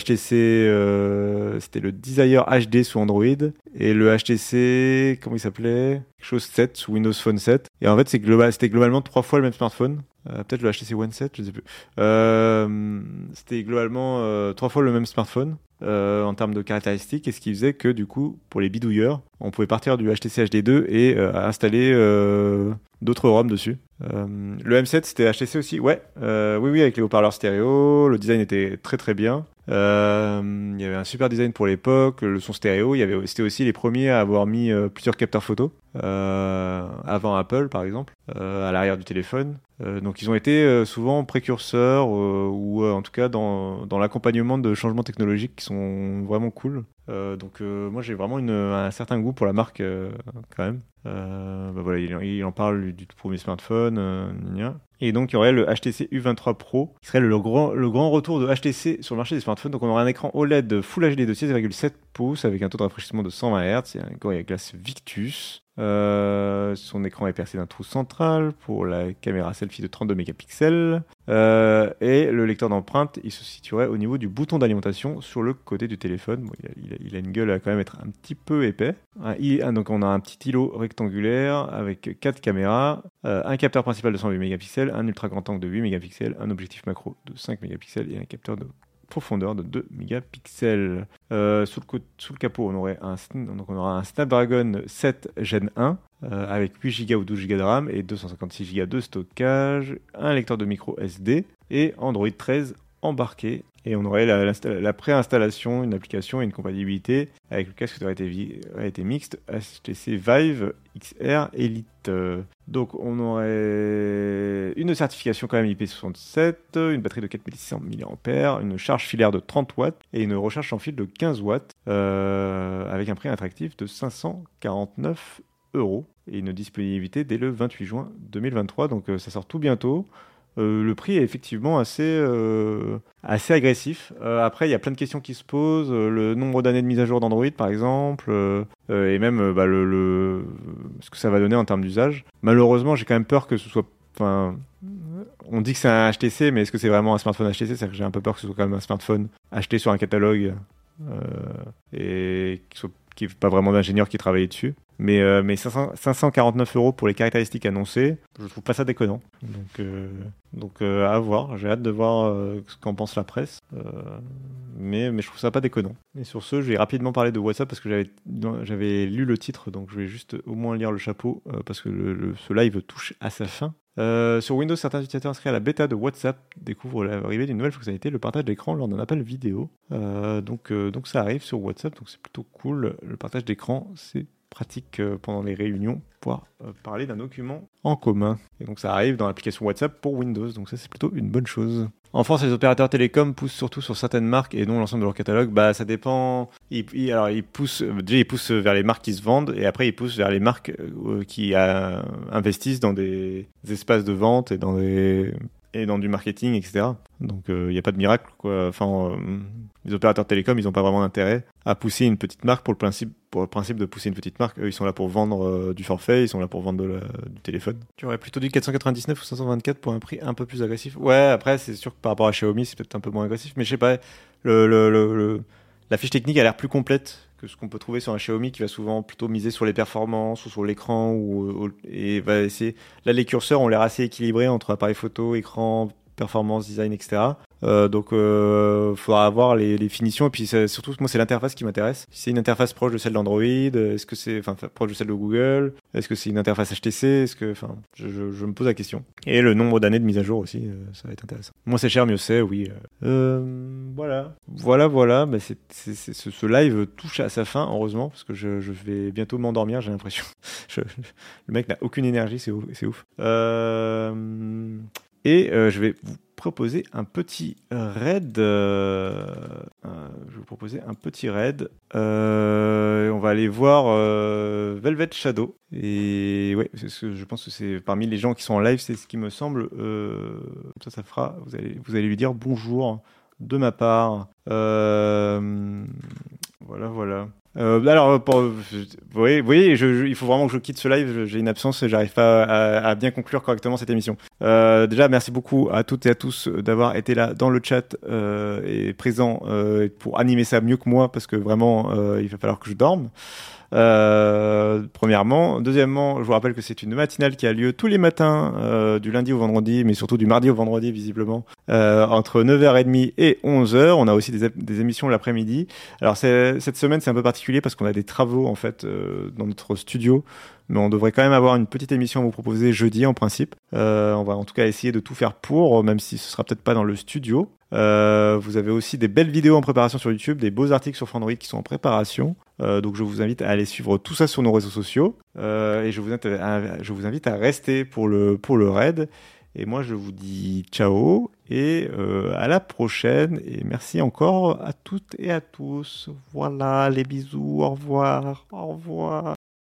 Speaker 4: HTC c'était le Desire HD sous Android et le HTC comment il s'appelait, quelque chose 7 sous Windows Phone 7. Et en fait c'était globalement 3 fois le même smartphone. Peut-être le HTC One 7, je ne sais plus. C'était globalement 3 fois le même smartphone en termes de caractéristiques, et ce qui faisait que du coup, pour les bidouilleurs, on pouvait partir du HTC HD2 et installer d'autres ROM dessus. Le M7, c'était HTC aussi, ouais. Oui, avec les haut-parleurs stéréo, le design était très très bien. Il y avait un super design pour l'époque, le son stéréo. C'était aussi les premiers à avoir mis plusieurs capteurs photo avant Apple, par exemple, à l'arrière du téléphone. Donc ils ont été souvent précurseurs ou en tout cas dans l'accompagnement de changements technologiques qui sont vraiment cool. Donc moi j'ai vraiment un certain goût pour la marque quand même. Voilà, il en parle du tout premier smartphone. Et donc il y aurait le HTC U23 Pro qui serait le grand retour de HTC sur le marché des smartphones. Donc on aurait un écran OLED Full HD de 6,7 pouces avec un taux de rafraîchissement de 120 Hz et un Gorilla Glass Victus. Son écran est percé d'un trou central pour la caméra selfie de 32 mégapixels et le lecteur d'empreintes il se situerait au niveau du bouton d'alimentation sur le côté du téléphone. Bon, il a une gueule à quand même être un petit peu épais. Donc on a un petit îlot rectangulaire avec 4 caméras, un capteur principal de 108 mégapixels, un ultra grand angle de 8 mégapixels, un objectif macro de 5 mégapixels et un capteur de profondeur de 2 mégapixels. Sous le capot, on aura un Snapdragon 7 Gen 1 avec 8 Go ou 12 Go de RAM et 256 Go de stockage, un lecteur de micro SD et Android 13 embarqué. Et on aurait la préinstallation, une application et une compatibilité avec le casque qui aurait été mixte HTC Vive XR Elite. Donc on aurait une certification quand même IP67, une batterie de 4600 mAh, une charge filaire de 30 watts et une recharge sans fil de 15 watts avec un prix attractif de 549 € et une disponibilité dès le 28 juin 2023. Donc ça sort tout bientôt. Le prix est effectivement assez agressif. Après, il y a plein de questions qui se posent. Le nombre d'années de mise à jour d'Android, par exemple, et même ce que ça va donner en termes d'usage. Malheureusement, j'ai quand même peur que ce soit... Enfin, on dit que c'est un HTC, mais est-ce que c'est vraiment un smartphone HTC ? C'est-à-dire que j'ai un peu peur que ce soit quand même un smartphone acheté sur un catalogue et qu'il n'y ait pas vraiment d'ingénieur qui travaille dessus. Mais 549 € pour les caractéristiques annoncées, je trouve pas ça déconnant. Donc à voir, j'ai hâte de voir ce qu'en pense la presse. Mais je trouve ça pas déconnant. Et sur ce, je vais rapidement parler de WhatsApp parce que j'avais lu le titre, donc je vais juste au moins lire le chapeau parce que ce live touche à sa fin. Sur Windows, certains utilisateurs inscrits à la bêta de WhatsApp découvrent l'arrivée d'une nouvelle fonctionnalité, le partage d'écran lors d'un appel vidéo. Donc ça arrive sur WhatsApp, donc c'est plutôt cool. Le partage d'écran, c'est pratique pendant les réunions pour pouvoir parler d'un document en commun. Et donc ça arrive dans l'application WhatsApp pour Windows, donc ça c'est plutôt une bonne chose. En France, les opérateurs télécoms poussent surtout sur certaines marques et non l'ensemble de leur catalogue. Bah ça dépend. Ils poussent vers les marques qui se vendent et après ils poussent vers les marques qui investissent dans des espaces de vente et dans du marketing, etc. Donc il n'y a pas de miracle, quoi. Enfin, les opérateurs télécoms, ils n'ont pas vraiment d'intérêt à pousser une petite marque pour le principe de pousser une petite marque. Eux, ils sont là pour vendre du forfait, ils sont là pour vendre du téléphone. Tu aurais plutôt dit 499 ou 524 pour un prix un peu plus agressif. Ouais, après, c'est sûr que par rapport à Xiaomi, c'est peut-être un peu moins agressif, mais je sais pas, la fiche technique a l'air plus complète que ce qu'on peut trouver sur un Xiaomi qui va souvent plutôt miser sur les performances ou sur l'écran et va essayer. Là, les curseurs ont l'air assez équilibrés entre appareil photo, écran, performance, design, etc. Donc, faudra avoir les finitions. Et puis, surtout, moi, c'est l'interface qui m'intéresse. Si c'est une interface proche de celle d'Android, est-ce que c'est, proche de celle de Google, est-ce que c'est une interface HTC, je me pose la question. Et le nombre d'années de mise à jour aussi, ça va être intéressant. Moins c'est cher, mieux c'est, oui. Voilà. Bah, ce live touche à sa fin, heureusement, parce que je vais bientôt m'endormir, j'ai l'impression. Le mec n'a aucune énergie, c'est ouf. Et je vais vous proposer un petit raid. On va aller voir Velvet Shadow. Et ouais, je pense que c'est parmi les gens qui sont en live, c'est ce qui me semble. Ça fera. Vous allez lui dire bonjour de ma part. Voilà. Alors, vous voyez, il faut vraiment que je quitte ce live. J'ai une absence, j'arrive pas à bien conclure correctement cette émission. Déjà, merci beaucoup à toutes et à tous d'avoir été là dans le chat et présents pour animer ça mieux que moi, parce que vraiment, il va falloir que je dorme. Premièrement. Deuxièmement, je vous rappelle que c'est une matinale qui a lieu tous les matins, du lundi au vendredi, mais surtout du mardi au vendredi, visiblement, entre 9h30 et 11h. On a aussi des émissions l'après-midi. Alors, cette semaine, c'est un peu particulier parce qu'on a des travaux, en fait, dans notre studio. Mais on devrait quand même avoir une petite émission à vous proposer jeudi, en principe. On va en tout cas essayer de tout faire pour, même si ce sera peut-être pas dans le studio. Vous avez aussi des belles vidéos en préparation sur YouTube, des beaux articles sur Frandroid qui sont en préparation. Donc je vous invite à aller suivre tout ça sur nos réseaux sociaux. Et je vous invite à rester pour le raid. Et moi je vous dis ciao et à la prochaine. Et merci encore à toutes et à tous. Voilà, les bisous, au revoir.